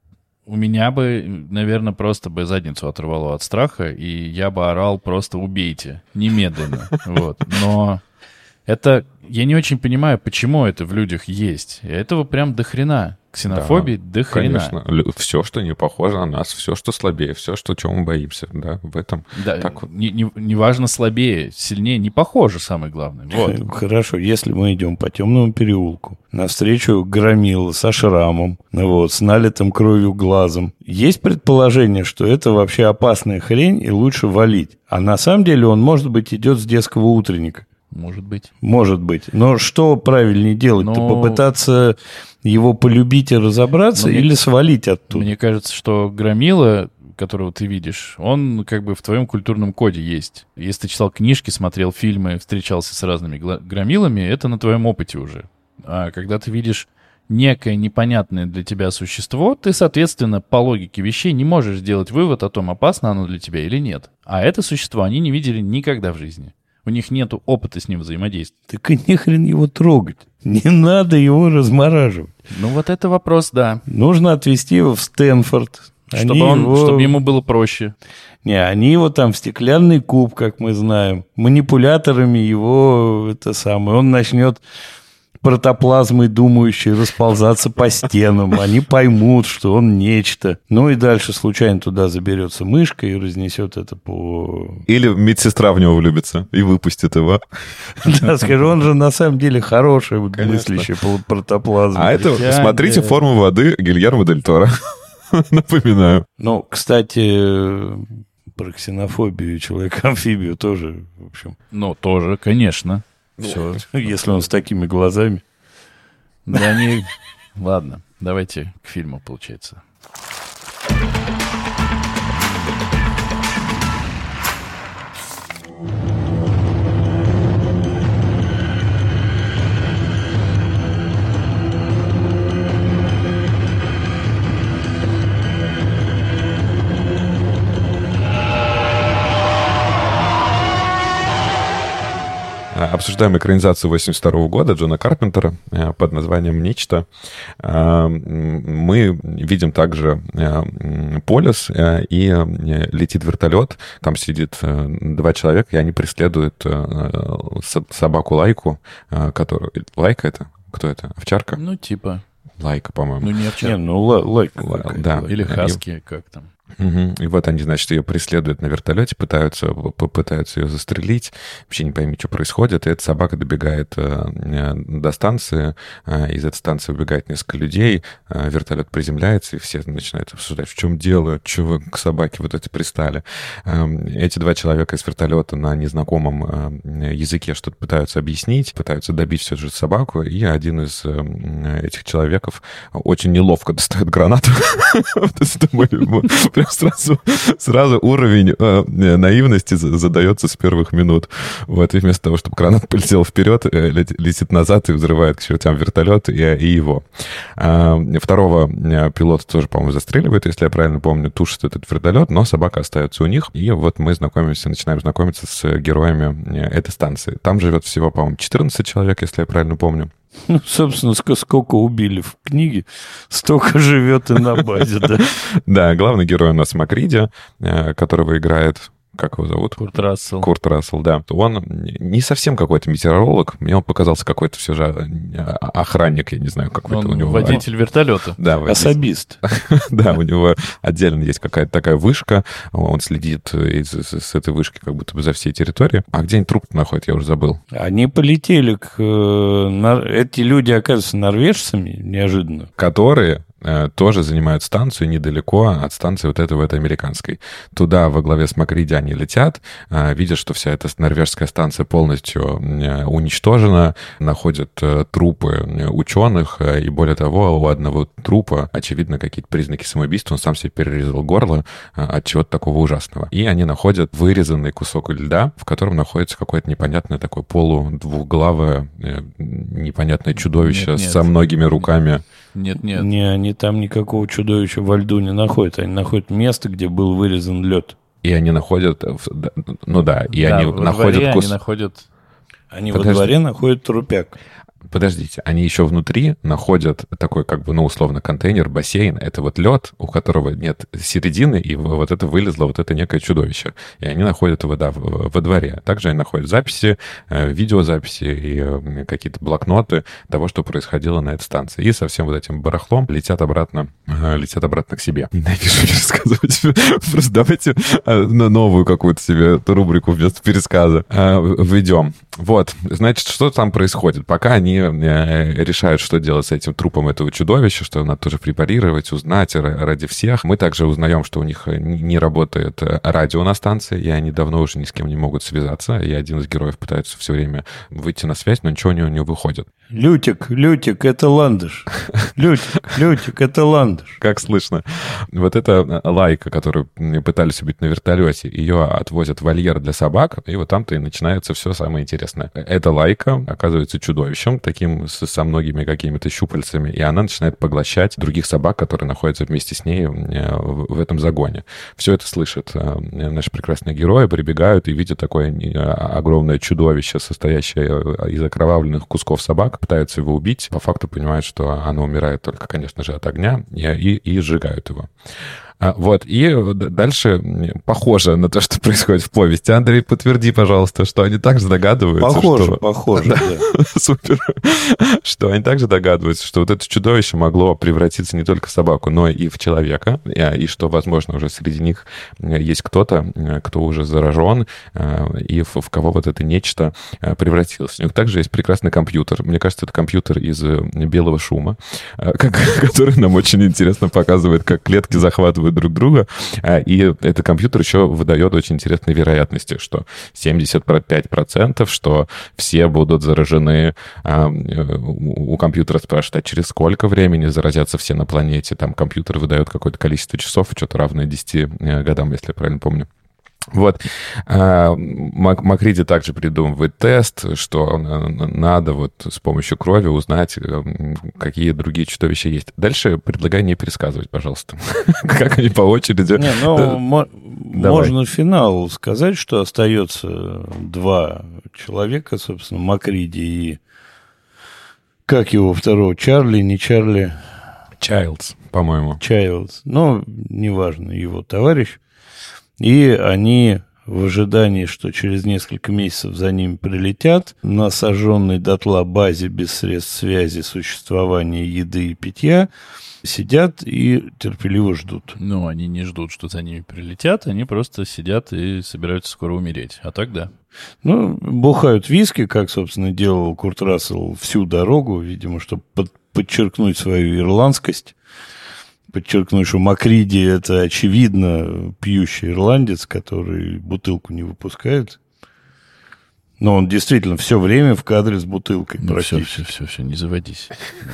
у меня бы, наверное, просто бы задницу оторвало от страха, и я бы орал просто «убейте» немедленно. Вот. Но это... Я не очень понимаю, почему это в людях есть. И этого прям до хрена. Ксенофобии Да, до хрена. Конечно. Все, что не похоже на нас, все, что слабее, все, что, чего мы боимся, да, в этом. Да, Так вот. не, не, не важно слабее, сильнее, не похоже, самое главное. Вот. Хорошо, если мы идем по темному переулку, навстречу громила со шрамом, ну вот, с налитым кровью глазом, есть предположение, что это вообще опасная хрень и лучше валить. А на самом деле он, может быть, идет с детского утренника. Может быть. Может быть. Но что правильнее делать-то? Но- Попытаться его полюбить и разобраться Но мне- или свалить оттуда? Мне кажется, что громила, которого ты видишь, он как бы в твоем культурном коде есть. Если ты читал книжки, смотрел фильмы, встречался с разными гла- громилами, это на твоем опыте уже. А когда ты видишь некое непонятное для тебя существо, ты, соответственно, по логике вещей не можешь сделать вывод о том, опасно оно для тебя или нет. А это существо они не видели никогда в жизни. У них нет опыта с ним взаимодействия. Так и не хрен его трогать. Не надо его размораживать. Ну вот это вопрос, да. Нужно отвезти его в Стэнфорд. Чтобы, Они он, его- чтобы ему было проще. Не, они его там в стеклянный куб, как мы знаем, манипуляторами его, это самое, он начнет протоплазмой думающей расползаться по стенам. Они поймут, что он нечто. Ну и дальше случайно туда заберется мышка и разнесет это по... Или медсестра в него влюбится и выпустит его. Да, скажу, он же на самом деле хороший, вот, Конечно. мыслящий по- протоплазма. А это, Я- смотрите, я- «Форму воды» Гильермо дель Торо. Напоминаю. Ну, кстати, про ксенофобию и человека-амфибию тоже, в общем, Ну, тоже, конечно. Все. если он с такими глазами. Да они... Ладно, давайте к фильму, получается. Обсуждаем экранизацию восемьдесят второго года Джона Карпентера э, под названием «Нечто». Э, Мы видим также э, м, полюс, э, и э, летит вертолет. Там сидит э, два человека, и они преследуют э, со- собаку Лайку, э, которую... Лайка это? Кто это? Овчарка? Ну, типа. Лайка, по-моему. Ну, не Не, овчарка. ну, ла- лайк. Ла- какая-то. да. Или И- хаски, как там. Мгм. И вот они, значит, ее преследуют на вертолете, пытаются, попытаются ее застрелить. Вообще не пойми, что происходит. И эта собака добегает э, э, до станции. Э, из этой станции убегает несколько людей. Э, вертолет приземляется, и все начинают обсуждать, в чем дело, что вы к собаке вот эти пристали. Э, эти два человека из вертолета на незнакомом э, языке что-то пытаются объяснить, пытаются добить все же собаку. И один из э, этих человеков очень неловко достает гранату. Вот это мой любимый. Прям сразу, сразу уровень э, наивности за- задается с первых минут. Вот, и вместо того, чтобы гранат полетел вперед, э, лет- летит назад и взрывает к чертям вертолет и, и его. А, второго э, пилота тоже, по-моему, застреливает, если я правильно помню, тушит этот вертолет, но собака остается у них. И вот мы знакомимся, начинаем знакомиться с героями э, этой станции. Там живет всего, по-моему, четырнадцать человек, если я правильно помню. Ну, собственно, ск- сколько убили в книге, столько живет и на базе, да. Да, главный герой у нас Макриди, э, которого играет... как его зовут? Курт Рассел. Курт Рассел, да. Он не совсем какой-то метеоролог, мне он показался какой-то все же охранник, я не знаю, какой-то он у него... водитель вертолета. Да, особист. Да, у него отдельно есть какая-то такая вышка, он следит с этой вышки как будто бы за всей территорией. А где они труп находят, я уже забыл. Они полетели к... Эти люди, оказываются, норвежцами неожиданно. Которые... тоже занимают станцию недалеко от станции вот этой вот американской. Туда во главе с Макриди они летят, видят, что вся эта норвежская станция полностью уничтожена, находят трупы ученых, и более того, у одного трупа, очевидно, какие-то признаки самоубийства, он сам себе перерезал горло от чего-то такого ужасного. И они находят вырезанный кусок льда, в котором находится какое-то непонятное такое полудвухглавое непонятное чудовище нет, нет. со многими руками. Нет, нет. Не, они там никакого чудовища во льду не находят. Они находят место, где был вырезан лед. И они находят... Ну да, и да, они во находят... Дворе кус... Они находят... Они Подожди. во дворе находят трупяк. Подождите, они еще внутри находят такой, как бы, ну, условно, контейнер, бассейн. Это вот лед, у которого нет середины, и вот это вылезло вот это некое чудовище. И они находят его, да, во дворе. Также они находят записи, видеозаписи и какие-то блокноты того, что происходило на этой станции. И со всем вот этим барахлом летят обратно, летят обратно к себе. Ненавижу пересказывать. Просто давайте на новую какую-то себе рубрику вместо пересказа введем. Вот, значит, что там происходит? Пока они решают, что делать с этим трупом этого чудовища, что надо тоже препарировать, узнать ради всех. Мы также узнаем, что у них не работает радио на станции, и они давно уже ни с кем не могут связаться, и один из героев пытается все время выйти на связь, но ничего у него не выходит. Лютик, Лютик, это ландыш. Лютик, Лютик, это ландыш. Как слышно. Вот эта лайка, которую пытались убить на вертолете, ее отвозят в вольер для собак, и вот там-то и начинается все самое интересное. Эта лайка оказывается чудовищем, таким со многими какими-то щупальцами, и она начинает поглощать других собак, которые находятся вместе с ней в этом загоне. Все это слышат наши прекрасные герои, прибегают и видят такое огромное чудовище, состоящее из окровавленных кусков собак, пытаются его убить, по факту понимают, что оно умирает только, конечно же, от огня, и, и, и сжигают его. Вот, и дальше похоже на то, что происходит в повести. Андрей, подтверди, пожалуйста, что они также догадываются, похоже, что... Похоже, да. да. Супер. Что они также догадываются, что вот это чудовище могло превратиться не только в собаку, но и в человека, и что, возможно, уже среди них есть кто-то, кто уже заражен, и в кого вот это нечто превратилось. У них также есть прекрасный компьютер. Мне кажется, это компьютер из белого шума, который нам очень интересно показывает, как клетки захватывают друг друга, и этот компьютер еще выдает очень интересные вероятности, что семьдесят пять процентов, что все будут заражены. У компьютера спрашивают, а через сколько времени заразятся все на планете? Там компьютер выдает какое-то количество часов, что-то равное десяти годам, если я правильно помню. Вот. Макриди также придумывает тест, что надо вот с помощью крови узнать, какие другие чудовища есть. Дальше предлагаю не пересказывать, пожалуйста. Как они по очереди. Не, ну, можно финал сказать, что остается два человека, собственно, Макриди и... Как его второго? Чарли, не Чарли? Чайлдс, по-моему. Чайлдс. Ну, неважно, его товарищ. И они в ожидании, что через несколько месяцев за ними прилетят, на сожженной дотла базе без средств связи, существования, еды и питья, сидят и терпеливо ждут. Ну, они не ждут, что за ними прилетят, они просто сидят и собираются скоро умереть. А так да. Ну, бухают виски, как, собственно, делал Курт Рассел всю дорогу, видимо, чтобы под, подчеркнуть свою ирландскость. Подчеркну, что Макриди — это, очевидно, пьющий ирландец, который бутылку не выпускает. Но он действительно все время в кадре с бутылкой. Ну, все, все, все, все, не заводись.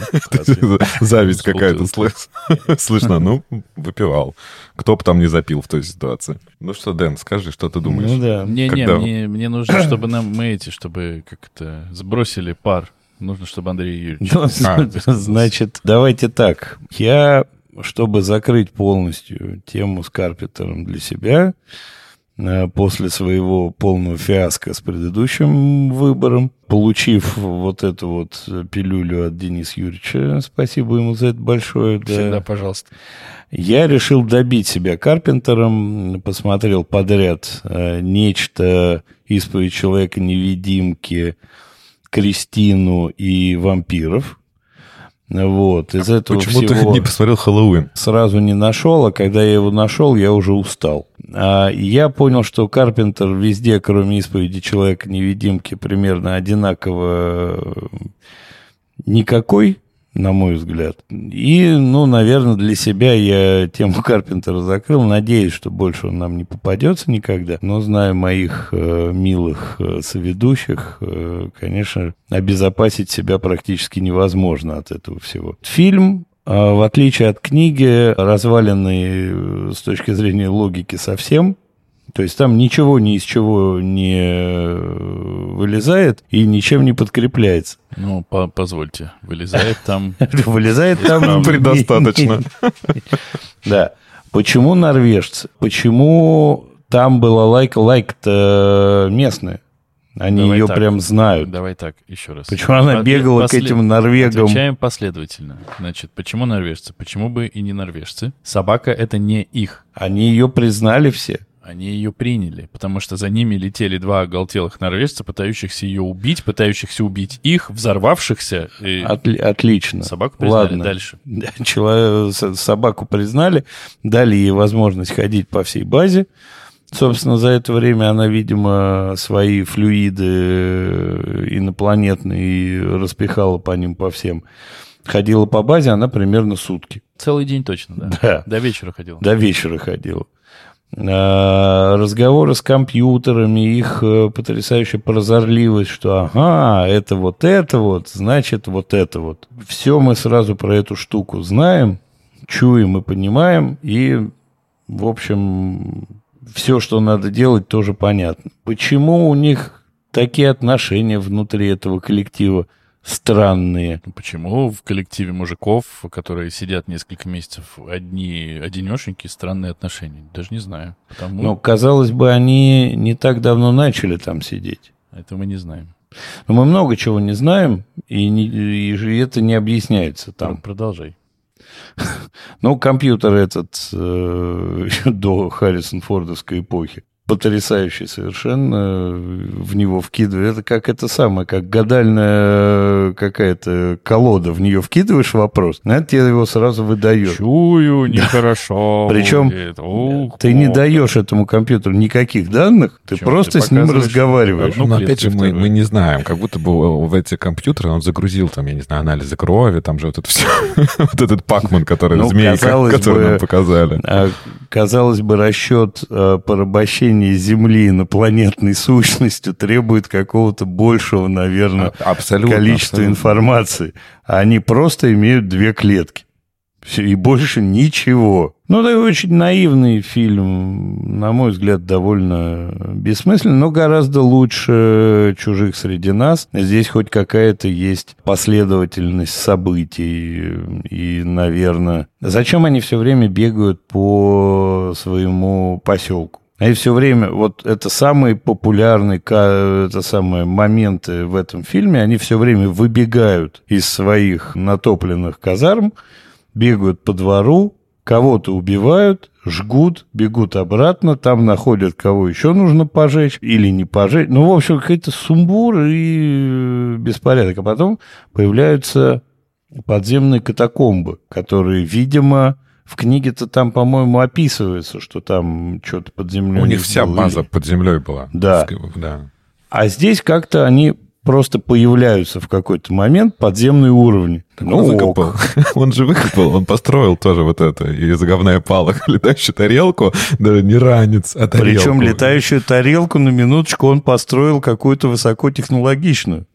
Зависть какая-то слышно. Ну, выпивал. Кто бы там не запил в той ситуации. Ну что, Дэн, скажи, что ты думаешь? Ну да. Не-не, мне нужно, чтобы нам мы эти, чтобы как-то сбросили пар. Нужно, чтобы Андрей Юрьевич... Значит, давайте так. Я... Чтобы закрыть полностью тему с Карпентером для себя, после своего полного фиаско с предыдущим выбором, получив вот эту вот пилюлю от Дениса Юрьевича, спасибо ему за это большое. Всегда, да. пожалуйста. Я решил добить себя Карпентером, посмотрел подряд э, «Нечто», «Исповедь человека-невидимки», «Кристину» и «Вампиров». Вот, из этого Почему всего ты не посмотрел «Хэллоуин»? Сразу не нашел, а когда я его нашел, я уже устал. А я понял, что Карпентер везде, кроме «Исповеди человека-невидимки», примерно одинаково никакой, на мой взгляд. И, ну, наверное, для себя я тему Карпентера закрыл. Надеюсь, что больше он нам не попадется никогда. Но, зная моих э, милых э, соведущих, э, конечно, обезопасить себя практически невозможно от этого всего. Фильм, э, в отличие от книги, разваленный с точки зрения логики совсем. То есть там ничего ни из чего не вылезает и ничем не подкрепляется. Ну, по позвольте, вылезает там... Вылезает там... Предостаточно. Да. Почему норвежцы? Почему там была лайка? Лайк-то местная. Они Давай ее так. прям знают. Давай так, еще раз. Почему она бегала Послед- к этим норвегам? Отвечаем последовательно. Значит, почему норвежцы? Почему бы и не норвежцы? Собака — это не их. Они ее признали все. Они ее приняли, потому что за ними летели два оголтелых норвежца, пытающихся ее убить, пытающихся убить их, взорвавшихся. И... Отли- отлично. Собаку признали. Ладно. Дальше. Человек, собаку признали, дали ей возможность ходить по всей базе. Собственно, за это время она, видимо, свои флюиды инопланетные распихала по ним по всем. Ходила по базе она примерно сутки. Целый день точно, да? Да. До вечера ходила. До вечера ходила. Разговоры с компьютерами, их потрясающая прозорливость, что ага, это вот это вот, значит вот это вот. Все мы сразу про эту штуку знаем, чуем и понимаем, и, в общем, все, что надо делать, тоже понятно. Почему у них такие отношения внутри этого коллектива странные? Почему в коллективе мужиков, которые сидят несколько месяцев, одни одинешеньки, странные отношения? Даже не знаю. Потому... Ну, казалось бы, они не так давно начали там сидеть. Это мы не знаем. Но мы много чего не знаем, и, не, и это не объясняется там. Продолжай. Ну, компьютер этот э, еще до Харрисон-Фордовской эпохи. Потрясающий совершенно, в него вкидывают. Это как это самое, как гадальная какая-то колода. В нее вкидываешь вопрос, а тебе его сразу выдает. Чую, нехорошо. Причем Ух, ты не ох. даешь этому компьютеру никаких данных, ты Почему? просто Ты с ним показываешь разговариваешь. одну Но опять же, клетку, мы, вторую. мы не знаем, как будто бы в эти компьютеры он загрузил, там, я не знаю, анализы крови, там же вот это все, вот этот Пакман, который, Ну, змейка, казалось который бы, нам показали. А, казалось бы, расчет а, порабощения Земли инопланетной сущностью требует какого-то большего, наверное, А- абсолютно, количества абсолютно. информации. А они просто имеют две клетки. Все, и больше ничего. Ну, это очень наивный фильм, на мой взгляд, довольно бессмысленный, но гораздо лучше «Чужих среди нас». Здесь хоть какая-то есть последовательность событий. И, наверное... Зачем они все время бегают по своему поселку? Они все время... Вот это самые популярные это самые моменты в этом фильме. Они все время выбегают из своих натопленных казарм, бегают по двору, кого-то убивают, жгут, бегут обратно, там находят, кого еще нужно пожечь или не пожечь. Ну, в общем, какой-то сумбур и беспорядок. А потом появляются подземные катакомбы, которые, видимо, в книге-то там, по-моему, описывается, что там что-то под землей. У них вся было. база под землей была. Да. Да. А здесь как-то они просто появляются в какой-то момент подземные уровни. Ну, Он выкопал. Он же выкопал, он построил тоже вот это из говна и палок летающую тарелку, да не ранец, а тарелку. Причем летающую тарелку, на минуточку, он построил какую-то высокотехнологичную.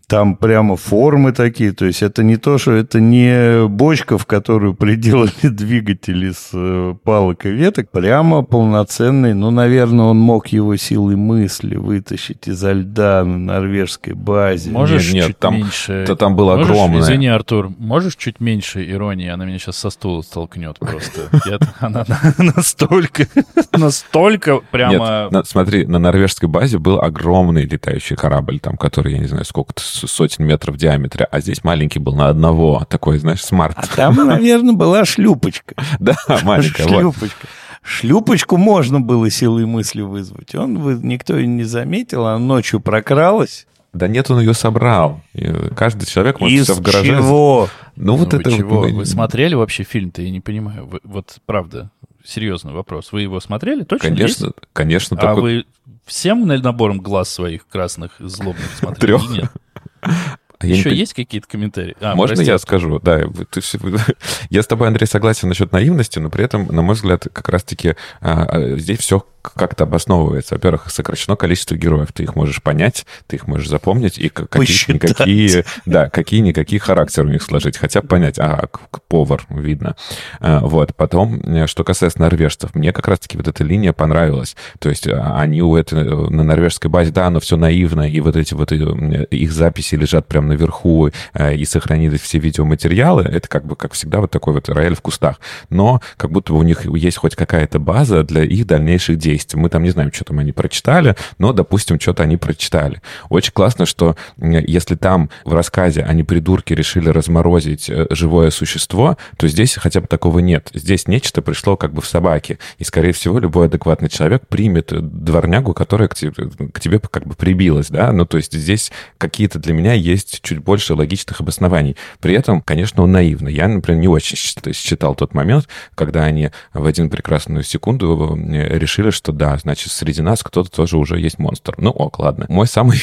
Там прямо формы такие, то есть это не то, что это не бочка, в которую приделали двигатели с э, палок и веток, прямо полноценный, ну, наверное, он мог его силой мысли вытащить изо льда на норвежской базе. Можешь нет, нет, чуть там, меньше... то там было можешь, огромное. Извини, Артур, можешь чуть меньше иронии? Она меня сейчас со стула столкнет просто. Я, она настолько, настолько прямо... Нет, на, смотри, на норвежской базе был огромный летающий корабль, там, который, я не знаю, сколько-то сотен метров в диаметре, а здесь маленький был на одного, такой, знаешь, смарт. А там, наверное, была шлюпочка. Да, маленькая. Шлюпочка. Шлюпочку можно было силой мысли вызвать. Он, никто и не заметил, она ночью прокралась. Да нет, он ее собрал. И каждый человек может Из все в гараже... чего? Ну, вот ну, это... Вы, чего? Вот... Вы смотрели вообще фильм-то? Я не понимаю. Вы, вот правда, серьезный вопрос. Вы его смотрели? Точно? Конечно, есть? конечно. А только... вы всем набором глаз своих красных злобных смотрели? Трех? Нет? Я Еще не... есть какие-то комментарии? А, Можно прости. я скажу? Да, ты... я с тобой, Андрей, согласен насчет наивности, но при этом, на мой взгляд, как раз-таки а, здесь все как-то обосновывается. Во-первых, сокращено количество героев. Ты их можешь понять, ты их можешь запомнить, и какие-никакие... Да, какие-никакие характеры у них сложить. Хотя бы понять, ага, повар, видно. А, вот. Потом, что касается норвежцев, мне как раз-таки вот эта линия понравилась. То есть они у этой, на норвежской базе, да, оно все наивно, и вот эти вот их записи лежат прямо наверху, и сохранились все видеоматериалы. Это как бы, как всегда, вот такой вот рояль в кустах. Но как будто бы у них есть хоть какая-то база для их дальнейших действий. Мы там не знаем, что там они прочитали, но, допустим, что-то они прочитали. Очень классно, что если там в рассказе они, придурки, решили разморозить живое существо, то здесь хотя бы такого нет. Здесь нечто пришло как бы в собаке. И, скорее всего, любой адекватный человек примет дворнягу, которая к тебе, к тебе как бы прибилась, да? Ну, то есть здесь какие-то для меня есть чуть больше логичных обоснований. При этом, конечно, он наивный. Я, например, не очень считал тот момент, когда они в один прекрасную секунду решили, что да, значит, среди нас кто-то тоже уже есть монстр. Ну, ок, ладно. Мой самый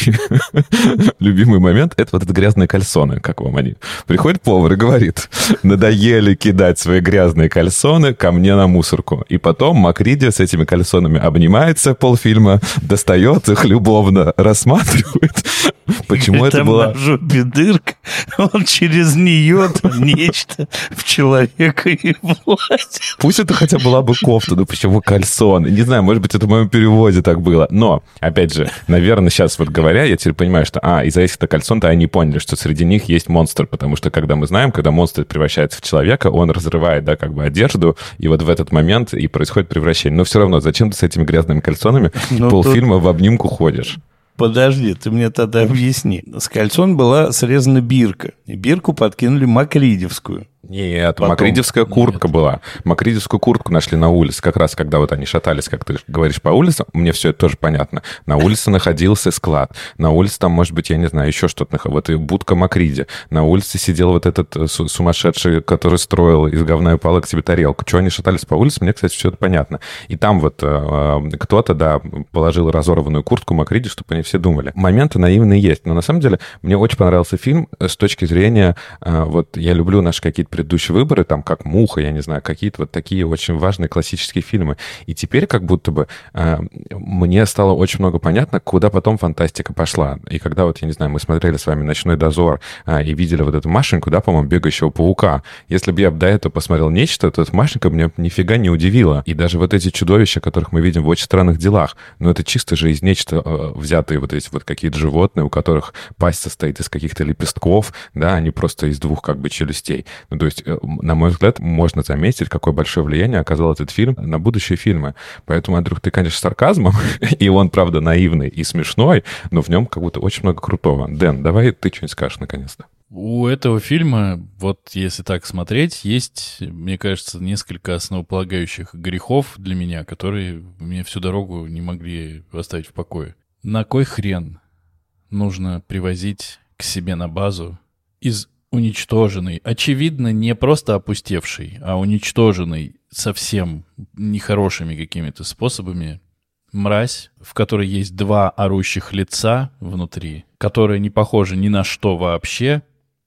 любимый момент — это вот это грязные кальсоны, как вам они. Приходит повар и говорит: надоели кидать свои грязные кальсоны ко мне на мусорку. И потом Макриди с этими кальсонами обнимается полфильма, достает их любовно, рассматривает. Почему это было... Там на жопе дырка, он через нее нечто в человека и влазит. Пусть это хотя была бы кофта, но почему кальсоны? Не знаю, может быть, это в моем переводе так было. Но, опять же, наверное, сейчас вот говоря, я теперь понимаю, что, а, из-за этих-то кальсон-то они поняли, что среди них есть монстр, потому что, когда мы знаем, когда монстр превращается в человека, он разрывает, да, как бы одежду, и вот в этот момент и происходит превращение. Но все равно, зачем ты с этими грязными кальсонами ну, полфильма тут... в обнимку ходишь? Подожди, ты мне тогда объясни. С кальсон была срезана бирка, и бирку подкинули макридевскую. Нет, потом... макридевская куртка Нет. была. Макридевскую куртку нашли на улице, как раз когда вот они шатались, как ты говоришь, по улицам. Мне все это тоже понятно. На улице находился склад. На улице там, может быть, я не знаю, еще что-то. Вот и будка Макриди. На улице сидел вот этот сумасшедший, который строил из говна и палок себе тарелку. Чего они шатались по улице, мне, кстати, все это понятно. И там вот э, кто-то, да, положил разорванную куртку Макриди, чтобы они все думали. Моменты наивные есть. Но на самом деле мне очень понравился фильм с точки зрения... Э, вот я люблю наши какие-то предыдущие выборы, там, как «Муха», я не знаю, какие-то вот такие очень важные классические фильмы. И теперь как будто бы э, мне стало очень много понятно, куда потом фантастика пошла. И когда вот, я не знаю, мы смотрели с вами «Ночной дозор» э, и видели вот эту Машеньку, да, по-моему, бегающего паука. Если бы я до этого посмотрел нечто, то эта Машенька меня нифига не удивила. И даже вот эти чудовища, которых мы видим в «Очень странных делах», ну, это чисто же из нечто э, взятые вот эти вот какие-то животные, у которых пасть состоит из каких-то лепестков, да, они просто из двух как бы челюстей. Ну, то есть, на мой взгляд, можно заметить, какое большое влияние оказал этот фильм на будущие фильмы. Поэтому, Андрюх, ты, конечно, с сарказмом, и он, правда, наивный и смешной, но в нем как будто очень много крутого. Дэн, давай ты что-нибудь скажешь наконец-то. У этого фильма, вот если так смотреть, есть, мне кажется, несколько основополагающих грехов для меня, которые мне всю дорогу не могли оставить в покое. На кой хрен нужно привозить к себе на базу из уничтоженный, очевидно, не просто опустевший, а уничтоженный совсем нехорошими какими-то способами мразь, в которой есть два орущих лица внутри, которая не похожа ни на что вообще,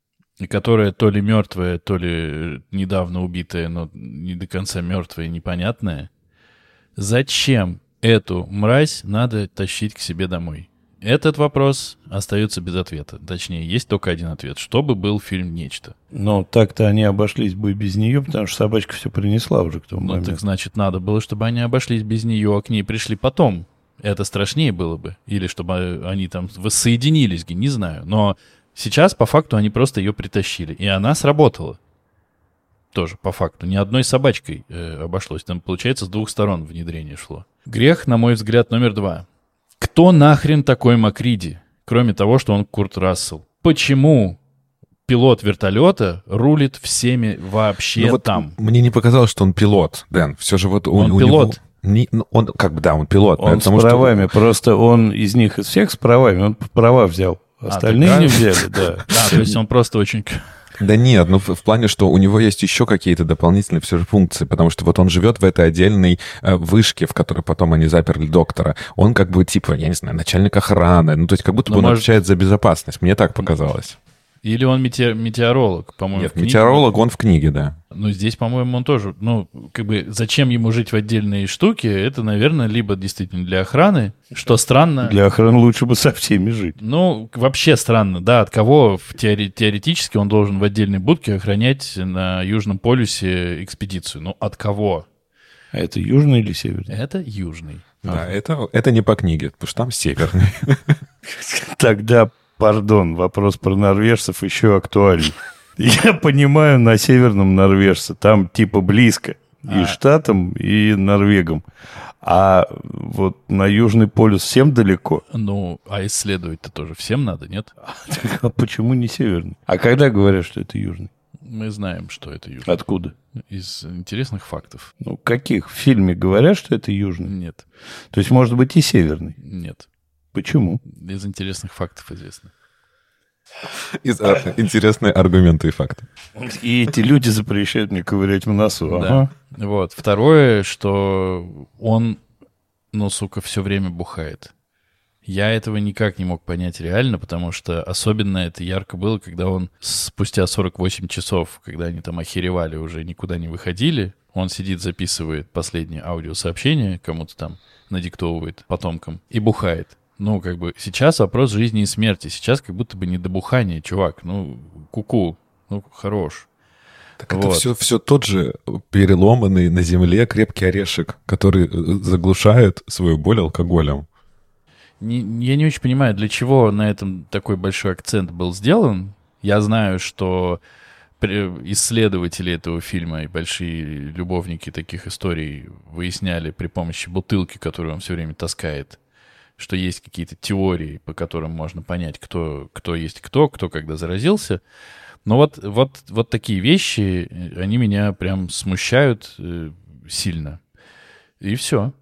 и которая то ли мертвая, то ли недавно убитая, но не до конца мертвая, непонятная. Зачем эту мразь надо тащить к себе домой? Этот вопрос остается без ответа. Точнее, есть только один ответ. Чтобы был фильм «Нечто». Но так-то они обошлись бы без нее, потому что собачка все принесла уже к тому Ну, моменту. так значит, надо было, чтобы они обошлись без нее, а к ней пришли потом. Это страшнее было бы. Или чтобы они там воссоединились, не знаю. Но сейчас, по факту, они просто ее притащили. И она сработала. Тоже, по факту. Ни одной собачкой э, обошлось. Там, получается, с двух сторон внедрение шло. Грех, на мой взгляд, номер два. Кто нахрен такой Макриди? Кроме того, что он Курт Рассел. Почему пилот вертолета рулит всеми вообще ну, вот там? Мне не показалось, что он пилот, Дэн. Все же вот у, Он у пилот. него... Не, ну, он, как бы, да, он пилот. Он потому с правами, что... просто он из них, из всех с правами, он права взял. Остальные так не правильно. взяли, да. А, то есть он просто очень... Да нет, ну в, в плане, что у него есть еще какие-то дополнительные все же функции, потому что вот он живет в этой отдельной э, вышке, в которой потом они заперли доктора. Он как бы типа, я не знаю, начальник охраны, ну то есть как будто Ну, бы он может... отвечает за безопасность. Мне так показалось. Или он метеор... метеоролог, по-моему. Нет, в книге. метеоролог, он в книге, да. Ну, здесь, по-моему, он тоже, ну, как бы, зачем ему жить в отдельной штуке, это, наверное, либо действительно для охраны, что странно. Для охраны лучше бы со всеми жить. Ну, вообще странно, да, от кого в теори- теоретически он должен в отдельной будке охранять на Южном полюсе экспедицию? Ну, от кого? А это южный или северный? Это Южный. Да, это, это не по книге, потому что там северный. Тогда, пардон, вопрос про норвежцев еще актуальный. Я понимаю, на северном норвежце, там типа близко. И А. Штатам, и Норвегам. А вот на Южный полюс всем далеко. Ну, а исследовать-то тоже всем надо, нет? А почему не северный? А когда говорят, что это южный? Мы знаем, что это Южный. Откуда? Из интересных фактов. Ну, каких? В фильме говорят, что это южный? Нет, То есть, может быть, и северный. нет. Почему? Из интересных фактов известно. Из, а, интересные аргументы и факты. И эти люди запрещают мне ковырять в носу. Да. Ага. Вот. Второе, что он, ну, сука, все время бухает. Я этого никак не мог понять реально, потому что особенно это ярко было, когда он спустя сорок восемь часов, когда они там охеревали, уже никуда не выходили, он сидит, записывает последнее аудиосообщение, кому-то там надиктовывает потомкам и бухает. Ну, как бы сейчас вопрос жизни и смерти. Сейчас как будто бы не до бухания, чувак. Ну, куку, ну, хорош. Так это Вот. все, все тот же переломанный на земле крепкий орешек, который заглушает свою боль алкоголем. Не, я не очень понимаю, для чего на этом такой большой акцент был сделан. Я знаю, что исследователи этого фильма и большие любовники таких историй выясняли при помощи бутылки, которую он все время таскает, что есть какие-то теории, по которым можно понять, кто, кто есть кто, кто когда заразился. Но вот, вот, вот такие вещи, они меня прям смущают э, сильно. И все.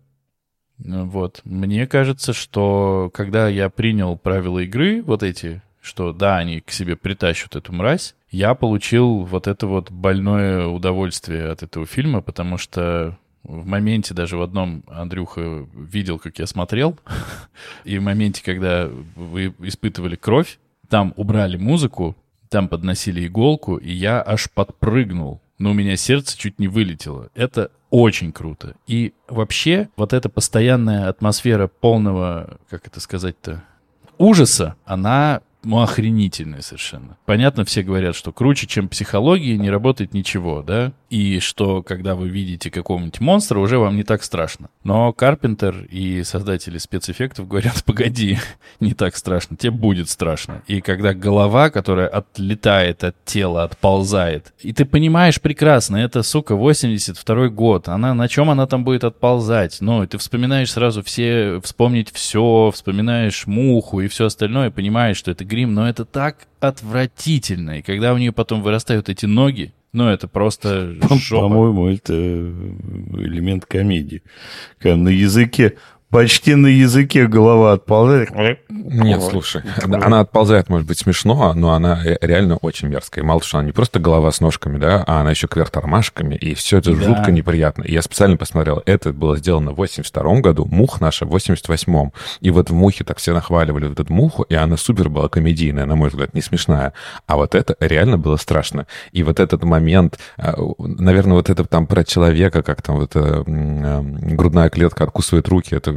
Вот. Мне кажется, что когда я принял правила игры, вот эти, что да, они к себе притащат эту мразь, я получил вот это вот больное удовольствие от этого фильма, потому что в моменте, даже в одном, Андрюха видел, как я смотрел, и в моменте, когда вы испытывали кровь, там убрали музыку, там подносили иголку, и я аж подпрыгнул. Но у меня сердце чуть не вылетело. Это очень круто. И вообще вот эта постоянная атмосфера полного, как это сказать-то, ужаса, она, ну, охренительная совершенно. Понятно, все говорят, что круче, чем психология, не работает ничего, да? И что, когда вы видите какого-нибудь монстра, уже вам не так страшно. Но Карпентер и создатели спецэффектов говорят, погоди, не так страшно, тебе будет страшно. И когда голова, которая отлетает от тела, отползает, и ты понимаешь прекрасно, это, сука, восемьдесят второй год, она, на чем она там будет отползать? Ну, и ты вспоминаешь сразу все, вспомнить все, вспоминаешь муху и все остальное, понимаешь, что это грим, но это так отвратительно. И когда у нее потом вырастают эти ноги, ну, это просто жопа. По-моему, это элемент комедии. Когда на языке, почти на языке голова отползает. Нет, слушай, она отползает, может быть, смешно, но она реально очень мерзкая. И мало того, что она не просто голова с ножками, да, а она еще кверх тормашками, и все это Да. жутко неприятно. И я специально посмотрел, это было сделано в восемьдесят втором году, «Мух» наша в восемьдесят восьмом. И вот в «Мухе» так все нахваливали вот эту «Муху», и она супер была комедийная, на мой взгляд, не смешная. А вот это реально было страшно. И вот этот момент, наверное, вот это там про человека, как там вот эта грудная клетка откусывает руки, это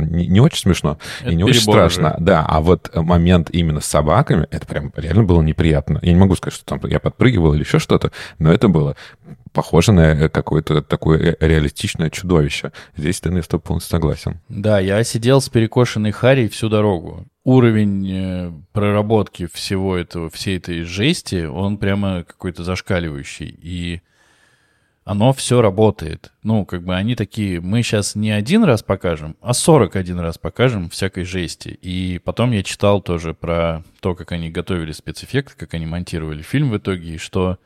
не, не очень смешно это и не очень страшно. Уже. Да, а вот момент именно с собаками, это прям реально было неприятно. Я не могу сказать, что там я подпрыгивал или еще что-то, но это было похоже на какое-то такое реалистичное чудовище. Здесь ты, я с тобой полностью согласен. Да, я сидел с перекошенной Харей всю дорогу. Уровень э, проработки всего этого, всей этой жести, он прямо какой-то зашкаливающий. И оно все работает. Ну, как бы они такие, мы сейчас не один раз покажем, а сорок один раз покажем всякой жести. И потом я читал тоже про то, как они готовили спецэффекты, как они монтировали фильм в итоге, и что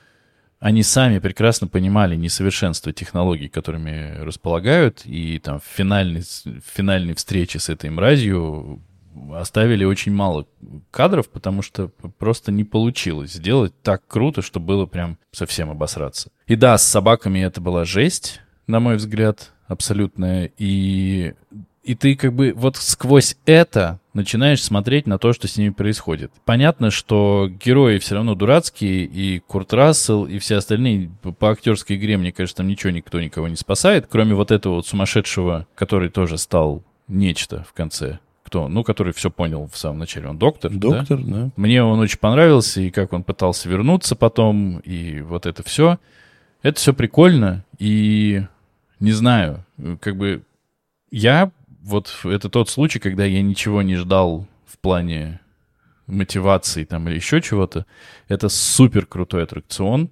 они сами прекрасно понимали несовершенство технологий, которыми располагают, и там в финальной, в финальной встрече с этой мразью оставили очень мало кадров, потому что просто не получилось сделать так круто, что было прям совсем обосраться. И да, с собаками это была жесть, на мой взгляд, абсолютная, и... И ты как бы вот сквозь это начинаешь смотреть на то, что с ними происходит. Понятно, что герои все равно дурацкие, и Курт Рассел, и все остальные по актерской игре, мне кажется, там ничего никто никого не спасает, кроме вот этого вот сумасшедшего, который тоже стал нечто в конце. Кто? Ну, который все понял в самом начале. Он доктор, Доктор, да? да. Мне он очень понравился, и как он пытался вернуться потом, и вот это все. Это все прикольно, и не знаю, как бы я... Вот это тот случай, когда я ничего не ждал в плане мотивации там или еще чего-то. Это супер крутой аттракцион.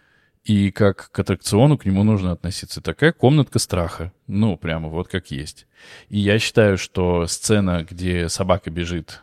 И как к аттракциону к нему нужно относиться. Такая комнатка страха. Ну, прямо вот как есть. И я считаю, что сцена, где собака бежит...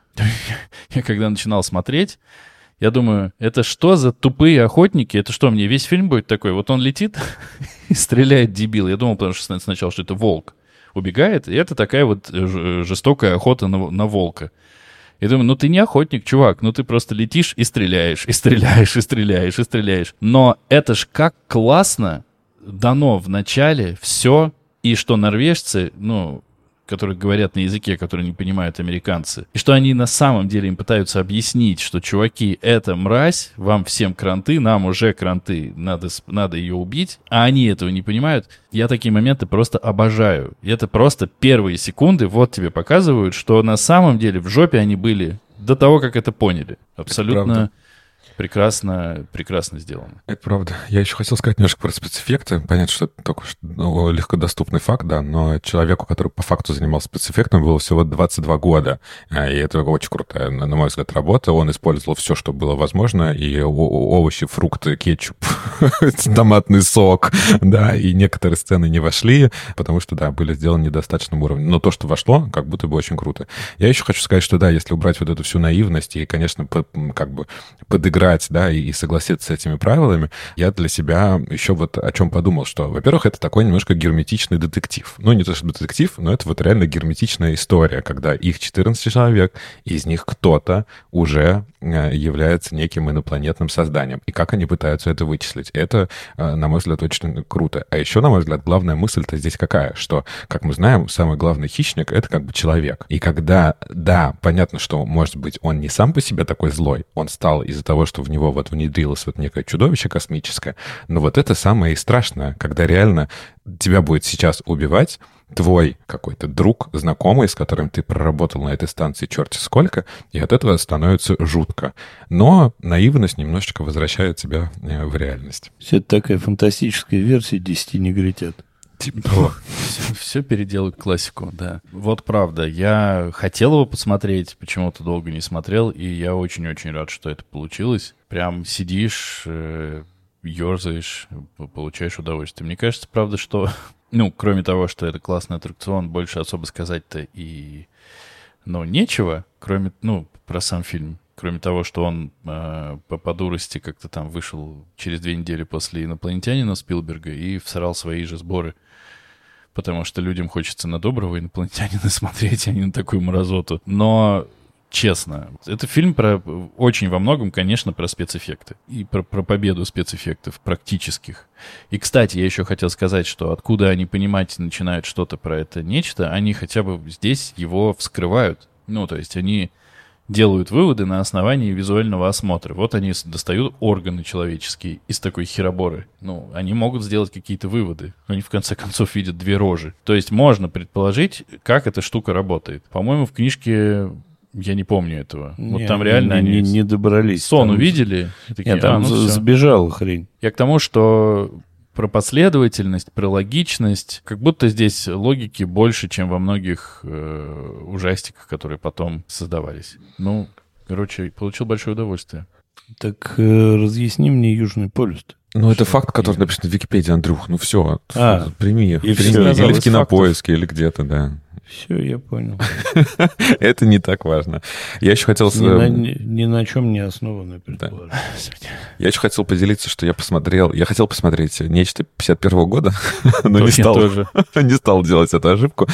Я когда начинал смотреть, я думаю, это что за тупые охотники? Это что, мне весь фильм будет такой? Вот он летит и стреляет, дебил. Я думал, потому что сначала, что это волк. Убегает, и это такая вот жестокая охота на, на волка. Я думаю, ну ты не охотник, чувак, ну ты просто летишь и стреляешь, и стреляешь, и стреляешь, и стреляешь. Но это ж как классно дано в начале все, и что норвежцы, ну, которые говорят на языке, который не понимают американцы, и что они на самом деле им пытаются объяснить, что, чуваки, это мразь, вам всем кранты, нам уже кранты, надо, надо ее убить, а они этого не понимают. Я такие моменты просто обожаю. И это просто первые секунды вот тебе показывают, что на самом деле в жопе они были до того, как это поняли. Абсолютно... Прекрасно, прекрасно сделано. Это правда. Я еще хотел сказать немножко про спецэффекты. Понятно, что это только что ну, легкодоступный факт, да, но человеку, который по факту занимался спецэффектом, было всего двадцать два года. И это очень крутая, на мой взгляд, работа. Он использовал все, что было возможно, и овощи, фрукты, кетчуп, томатный сок, да, и некоторые сцены не вошли, потому что, да, были сделаны недостаточным уровнем. Но то, что вошло, как будто бы очень круто. Я еще хочу сказать, что, да, если убрать вот эту всю наивность и, конечно, как бы подыграть, да, и согласиться с этими правилами, я для себя еще вот о чем подумал, что, во-первых, это такой немножко герметичный детектив. Ну, не то что детектив, но это вот реально герметичная история, когда их четырнадцать человек, и из них кто-то уже является неким инопланетным созданием. И как они пытаются это вычислить? Это, на мой взгляд, очень круто. А еще, на мой взгляд, главная мысль-то здесь какая? Что, как мы знаем, самый главный хищник — это как бы человек. И когда, да, понятно, что, может быть, он не сам по себе такой злой, он стал из-за того, что в него вот внедрилось вот некое чудовище космическое, но вот это самое и страшное, когда реально тебя будет сейчас убивать твой какой-то друг, знакомый, с которым ты проработал на этой станции черти сколько, и от этого становится жутко. Но наивность немножечко возвращает тебя в реальность. Все это такая фантастическая версия «Десяти негритят». Типа, все, все переделают классику, да. Вот правда, я хотел его посмотреть, почему-то долго не смотрел, и я очень-очень рад, что это получилось. Прям сидишь, э, ерзаешь, получаешь удовольствие. Мне кажется, правда, что, ну, кроме того, что это классный аттракцион, больше особо сказать-то и, ну, нечего, кроме, ну, про сам фильм. Кроме того, что он э, по, по дурости как-то там вышел через две недели после «Инопланетянина» Спилберга и всрал свои же сборы. Потому что людям хочется на доброго инопланетянина смотреть, а не на такую мразоту. Но, честно, это фильм про очень во многом, конечно, про спецэффекты. И про, про победу спецэффектов практических. И, кстати, я еще хотел сказать, что откуда они понимать начинают что-то про это нечто, они хотя бы здесь его вскрывают. Ну, то есть они... делают выводы на основании визуального осмотра. Вот они достают органы человеческие из такой хероборы. Ну, они могут сделать какие-то выводы. Они, в конце концов, видят две рожи. То есть можно предположить, как эта штука работает. По-моему, в книжке... Я не помню этого. Не, вот там реально не, они... Не, не добрались. Сон там... увидели. И такие, Нет, там а, ну сбежала хрень. Я к тому, что про последовательность, про логичность, как будто здесь логики больше, чем во многих э, ужастиках, которые потом создавались. Ну, короче, получил большое удовольствие. Так э, разъясни мне Южный полюс-то. Ну, это факт, который написан в Википедии, Андрюх. Ну, все, а, прими. И прими. все. Или в Кинопоиске, или где-то, да. Все, я понял. Это не так важно. Я еще хотел... Ни на, ни, ни на чем не основанное предположение. Да. Я еще хотел поделиться, что я посмотрел... Я хотел посмотреть «Нечто» пятьдесят первого года, но не стал, не стал делать эту ошибку.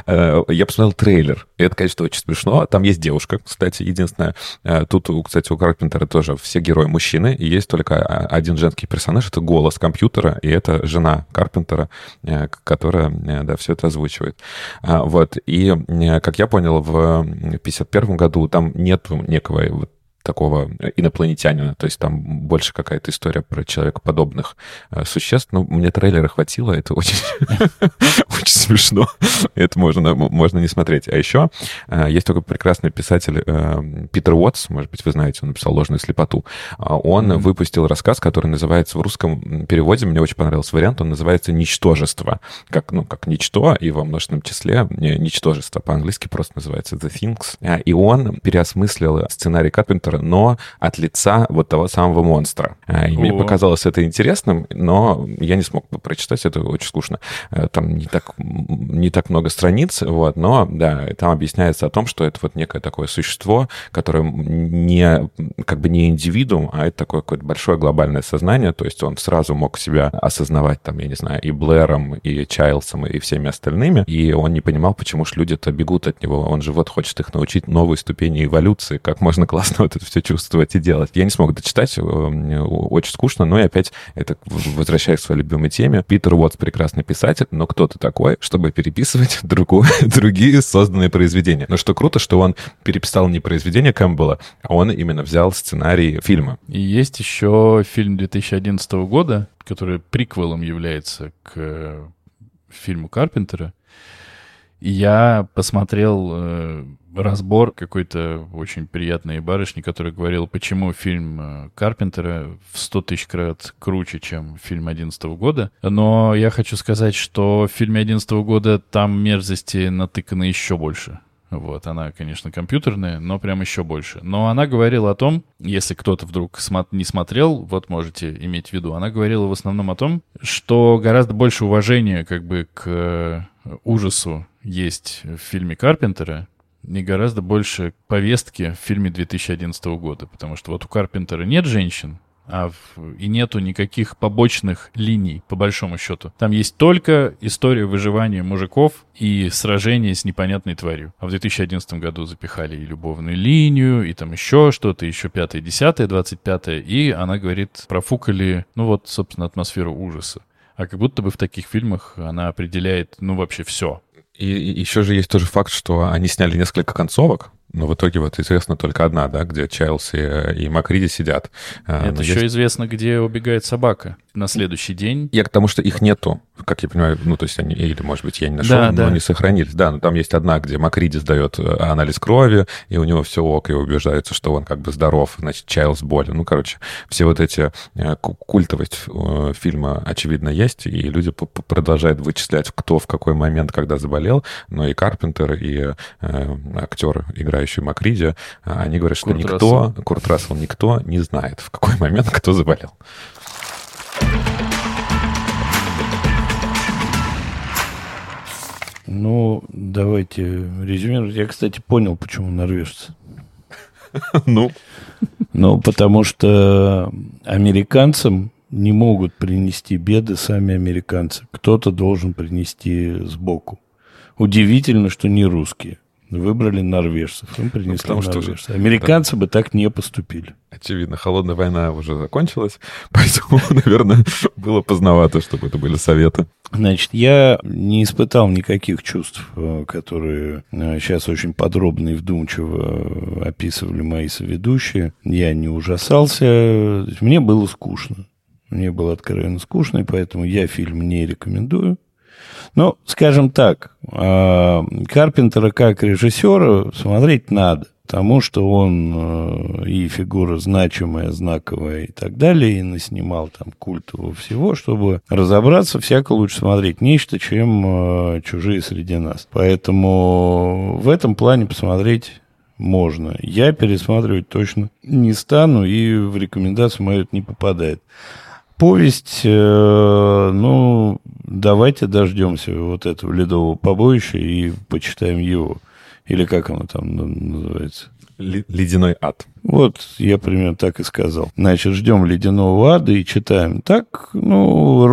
Я посмотрел трейлер. И это, конечно, очень смешно. Там есть девушка, кстати, единственная. Тут, кстати, у Карпентера тоже все герои мужчины. И есть только один женский персонаж. Это голос компьютера. И это жена Карпентера, которая, да, все это озвучивает. Вот. И, как я понял, в пятьдесят первом году там нет некого вот такого инопланетянина, то есть там больше какая-то история про человекоподобных э, существ. Ну, мне трейлера хватило, это очень, очень смешно. Это можно, можно не смотреть. А еще э, есть такой прекрасный писатель э, Питер Уотс, может быть, вы знаете, он написал «Ложную слепоту». Он mm-hmm. выпустил рассказ, который называется в русском переводе, мне очень понравился вариант, он называется «Ничтожество». Как, ну, как «ничто» и во множественном числе «ничтожество». По-английски просто называется «The Things». И он переосмыслил сценарий Карпентера, но от лица вот того самого монстра. И мне показалось это интересным, но я не смог прочитать, это очень скучно. Там не так, не так много страниц, вот, но, да, там объясняется о том, что это вот некое такое существо, которое не, как бы не индивидуум, а это такое какое-то большое глобальное сознание, то есть он сразу мог себя осознавать, там, я не знаю, и Блэром, и Чайлсом, и всеми остальными, и он не понимал, почему же люди-то бегут от него, он же вот хочет их научить новой ступени эволюции, как можно классно вот это все чувствовать и делать. Я не смог дочитать, очень скучно, но и опять это возвращаясь к своей любимой теме. Питер Уотс прекрасный писатель, но кто ты такой, чтобы переписывать другую, другие созданные произведения? Но что круто, что он переписал не произведение Кэмпбелла, а он именно взял сценарий фильма. И есть еще фильм две тысячи одиннадцатого года, который приквелом является к фильму Карпентера. И я посмотрел э, разбор какой-то очень приятной барышни, которая говорила, почему фильм э, Карпентера в сто тысяч крат круче, чем фильм одиннадцатого года. Но я хочу сказать, что в фильме одиннадцатого года там мерзости натыканы еще больше. Вот, она, конечно, компьютерная, но прям еще больше. Но она говорила о том, если кто-то вдруг смо- не смотрел, вот можете иметь в виду, она говорила в основном о том, что гораздо больше уважения как бы к ужасу есть в фильме Карпентера, и гораздо больше повестки в фильме две тысячи одиннадцатого года. Потому что вот у Карпентера нет женщин, а в... и нету никаких побочных линий, по большому счету. Там есть только история выживания мужиков и сражения с непонятной тварью. А в две тысячи одиннадцатом году запихали и любовную линию, и там еще что-то, еще пятое, десятое, двадцать пятое. И она говорит, профукали, ну вот, собственно, атмосферу ужаса. А как будто бы в таких фильмах она определяет, ну, вообще все. И еще же есть тоже факт, что они сняли несколько концовок, но в итоге вот известна только одна, да, где Чайлз и, и Макриди сидят. Это но еще есть... известно, где убегает собака на следующий день. Я к тому, что их нету, как я понимаю, ну, то есть они, или, может быть, я не нашел, да, но да. не сохранились. Да, но там есть одна, где Макриди сдает анализ крови, и у него все ок, и убеждается, что он как бы здоров, значит, Чайлз болен. Ну, короче, все вот эти культовость фильма, очевидно, есть, и люди продолжают вычислять, кто в какой момент, когда заболел, но и Карпентер, и э, актер, играющий Макриди, они говорят, что Курт никто, Рассел. Курт Рассел, никто не знает, в какой момент кто заболел. Ну, давайте резюмировать. Я, кстати, понял, почему норвежцы. Ну? Ну, потому что американцам не могут принести беды сами американцы. Кто-то должен принести сбоку. Удивительно, что не русские. Выбрали норвежцев. Им принесли ну, норвежцев. Что, Американцы да. бы так не поступили. Очевидно, холодная война уже закончилась, поэтому, наверное, было поздновато, чтобы это были советы. Значит, я не испытал никаких чувств, которые сейчас очень подробно и вдумчиво описывали мои соведущие. Я не ужасался. Мне было скучно. Мне было откровенно скучно, и поэтому я фильм не рекомендую. Но, скажем так, Карпентера как режиссера смотреть надо, потому что он и фигура значимая, знаковая и так далее, и наснимал там культового всего, чтобы разобраться, всяко лучше смотреть нечто, чем «Чужие среди нас». Поэтому в этом плане посмотреть можно. Я пересматривать точно не стану, и в рекомендацию мою это не попадает. Повесть, э, ну, давайте дождемся вот этого ледового побоища и почитаем его. Или как оно там называется? «Ледяной ад». Вот, я примерно так и сказал. Значит, ждем «Ледяного ада» и читаем. Так, ну,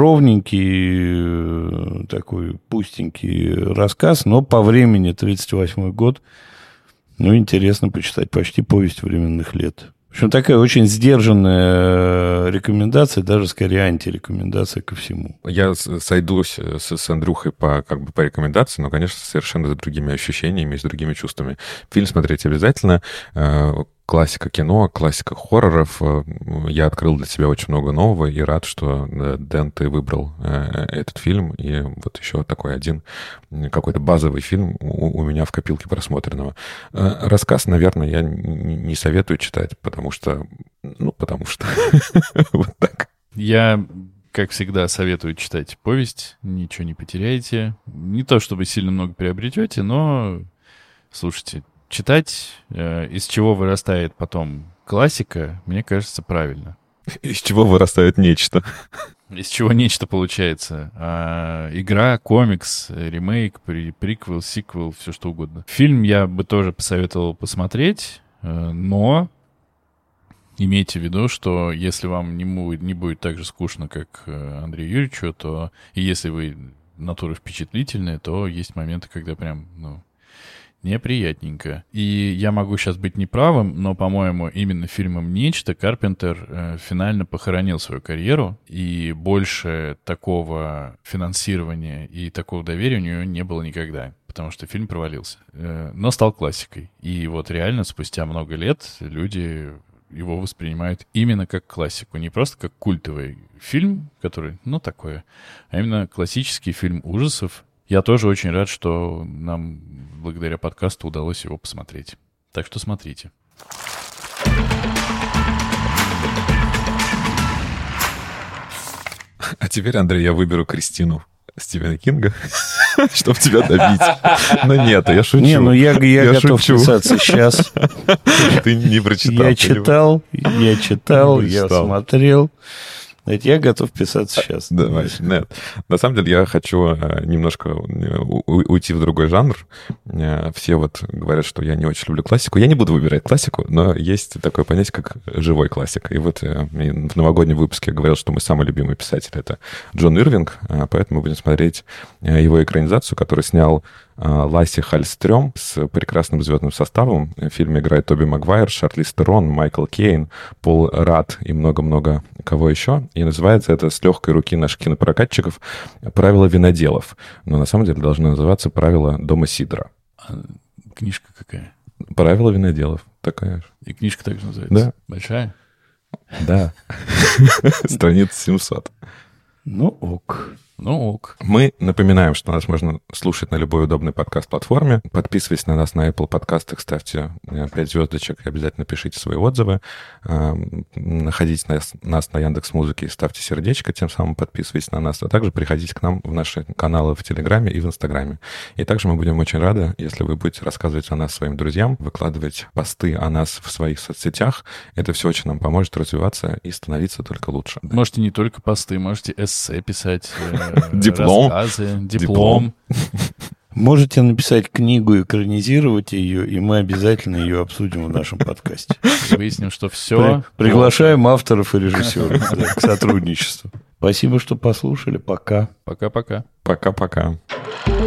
ровненький, такой пустенький рассказ, но по времени тридцать восьмой год. Ну, интересно почитать. Почти повесть временных лет. В общем, такая очень сдержанная рекомендация, даже скорее антирекомендация ко всему. Я сойдусь с, с Андрюхой по, как бы, по рекомендации, но, конечно, совершенно с другими ощущениями, с другими чувствами. Фильм смотреть обязательно. Классика кино, классика хорроров. Я открыл для себя очень много нового и рад, что, Дэн, ты выбрал этот фильм. И вот еще такой один какой-то базовый фильм у, у меня в копилке просмотренного. Рассказ, наверное, я не советую читать, потому что... Ну, потому что... Вот так. Я, как всегда, советую читать повесть. Ничего не потеряете. Не то, чтобы сильно много приобретете, но... Слушайте, читать, э, из чего вырастает потом классика, мне кажется, правильно. Из чего вырастает нечто. Из чего нечто получается. А, игра, комикс, ремейк, при, приквел, сиквел, все что угодно. Фильм я бы тоже посоветовал посмотреть, э, но имейте в виду, что если вам не будет, не будет так же скучно, как Андрею Юрьевичу, то и если вы натура впечатлительная, то есть моменты, когда прям, ну... неприятненько. И я могу сейчас быть неправым, но, по-моему, именно фильмом «Нечто» Карпентер э, финально похоронил свою карьеру, и больше такого финансирования и такого доверия у него не было никогда, потому что фильм провалился. Э, но стал классикой. И вот реально спустя много лет люди его воспринимают именно как классику, не просто как культовый фильм, который, ну, такое, а именно классический фильм ужасов. Я тоже очень рад, что нам благодаря подкасту удалось его посмотреть. Так что смотрите. А теперь, Андрей, я выберу Кристину Стивена Кинга, чтобы тебя добить. Но нет, я шучу. Не, ну я, я, я готов шучу. Писаться сейчас. Ты не прочитал. Я читал, я читал, я смотрел. Знаете, я готов писаться сейчас. Давай, нет. На самом деле я хочу немножко уйти в другой жанр. Все вот говорят, что я не очень люблю классику. Я не буду выбирать классику, но есть такое понятие, как живой классик. И вот в новогоднем выпуске я говорил, что мой самый любимый писатель — это Джон Ирвинг, поэтому мы будем смотреть его экранизацию, которую снял Лассе Халльстрём с прекрасным звездным составом. В фильме играет Тоби Магуайр, Шарлиз Терон, Майкл Кейн, Пол Радд и много-много кого еще. И называется это с легкой руки наших кинопрокатчиков «Правила виноделов». Но на самом деле должно называться «Правила дома Сидора». А книжка какая? «Правила виноделов». Такая же. И книжка также называется? Да. Большая? Да. Страница семьсот. Ну ок. Ну ок. Мы напоминаем, что нас можно слушать на любой удобной подкаст-платформе. Подписывайтесь на нас на Apple подкастах, ставьте пять звездочек и обязательно пишите свои отзывы. Находите нас, нас на Яндекс.Музыке и ставьте сердечко, тем самым подписывайтесь на нас. А также приходите к нам в наши каналы в Телеграме и в Инстаграме. И также мы будем очень рады, если вы будете рассказывать о нас своим друзьям, выкладывать посты о нас в своих соцсетях. Это все очень нам поможет развиваться и становиться только лучше. Можете не только посты, можете эссе писать, диплом. рассказы, диплом. Можете написать книгу, экранизировать ее, и мы обязательно ее обсудим в нашем подкасте. Выясним, что все. При, приглашаем авторов и режиссеров да, к сотрудничеству. Спасибо, что послушали. Пока. Пока-пока. Пока-пока.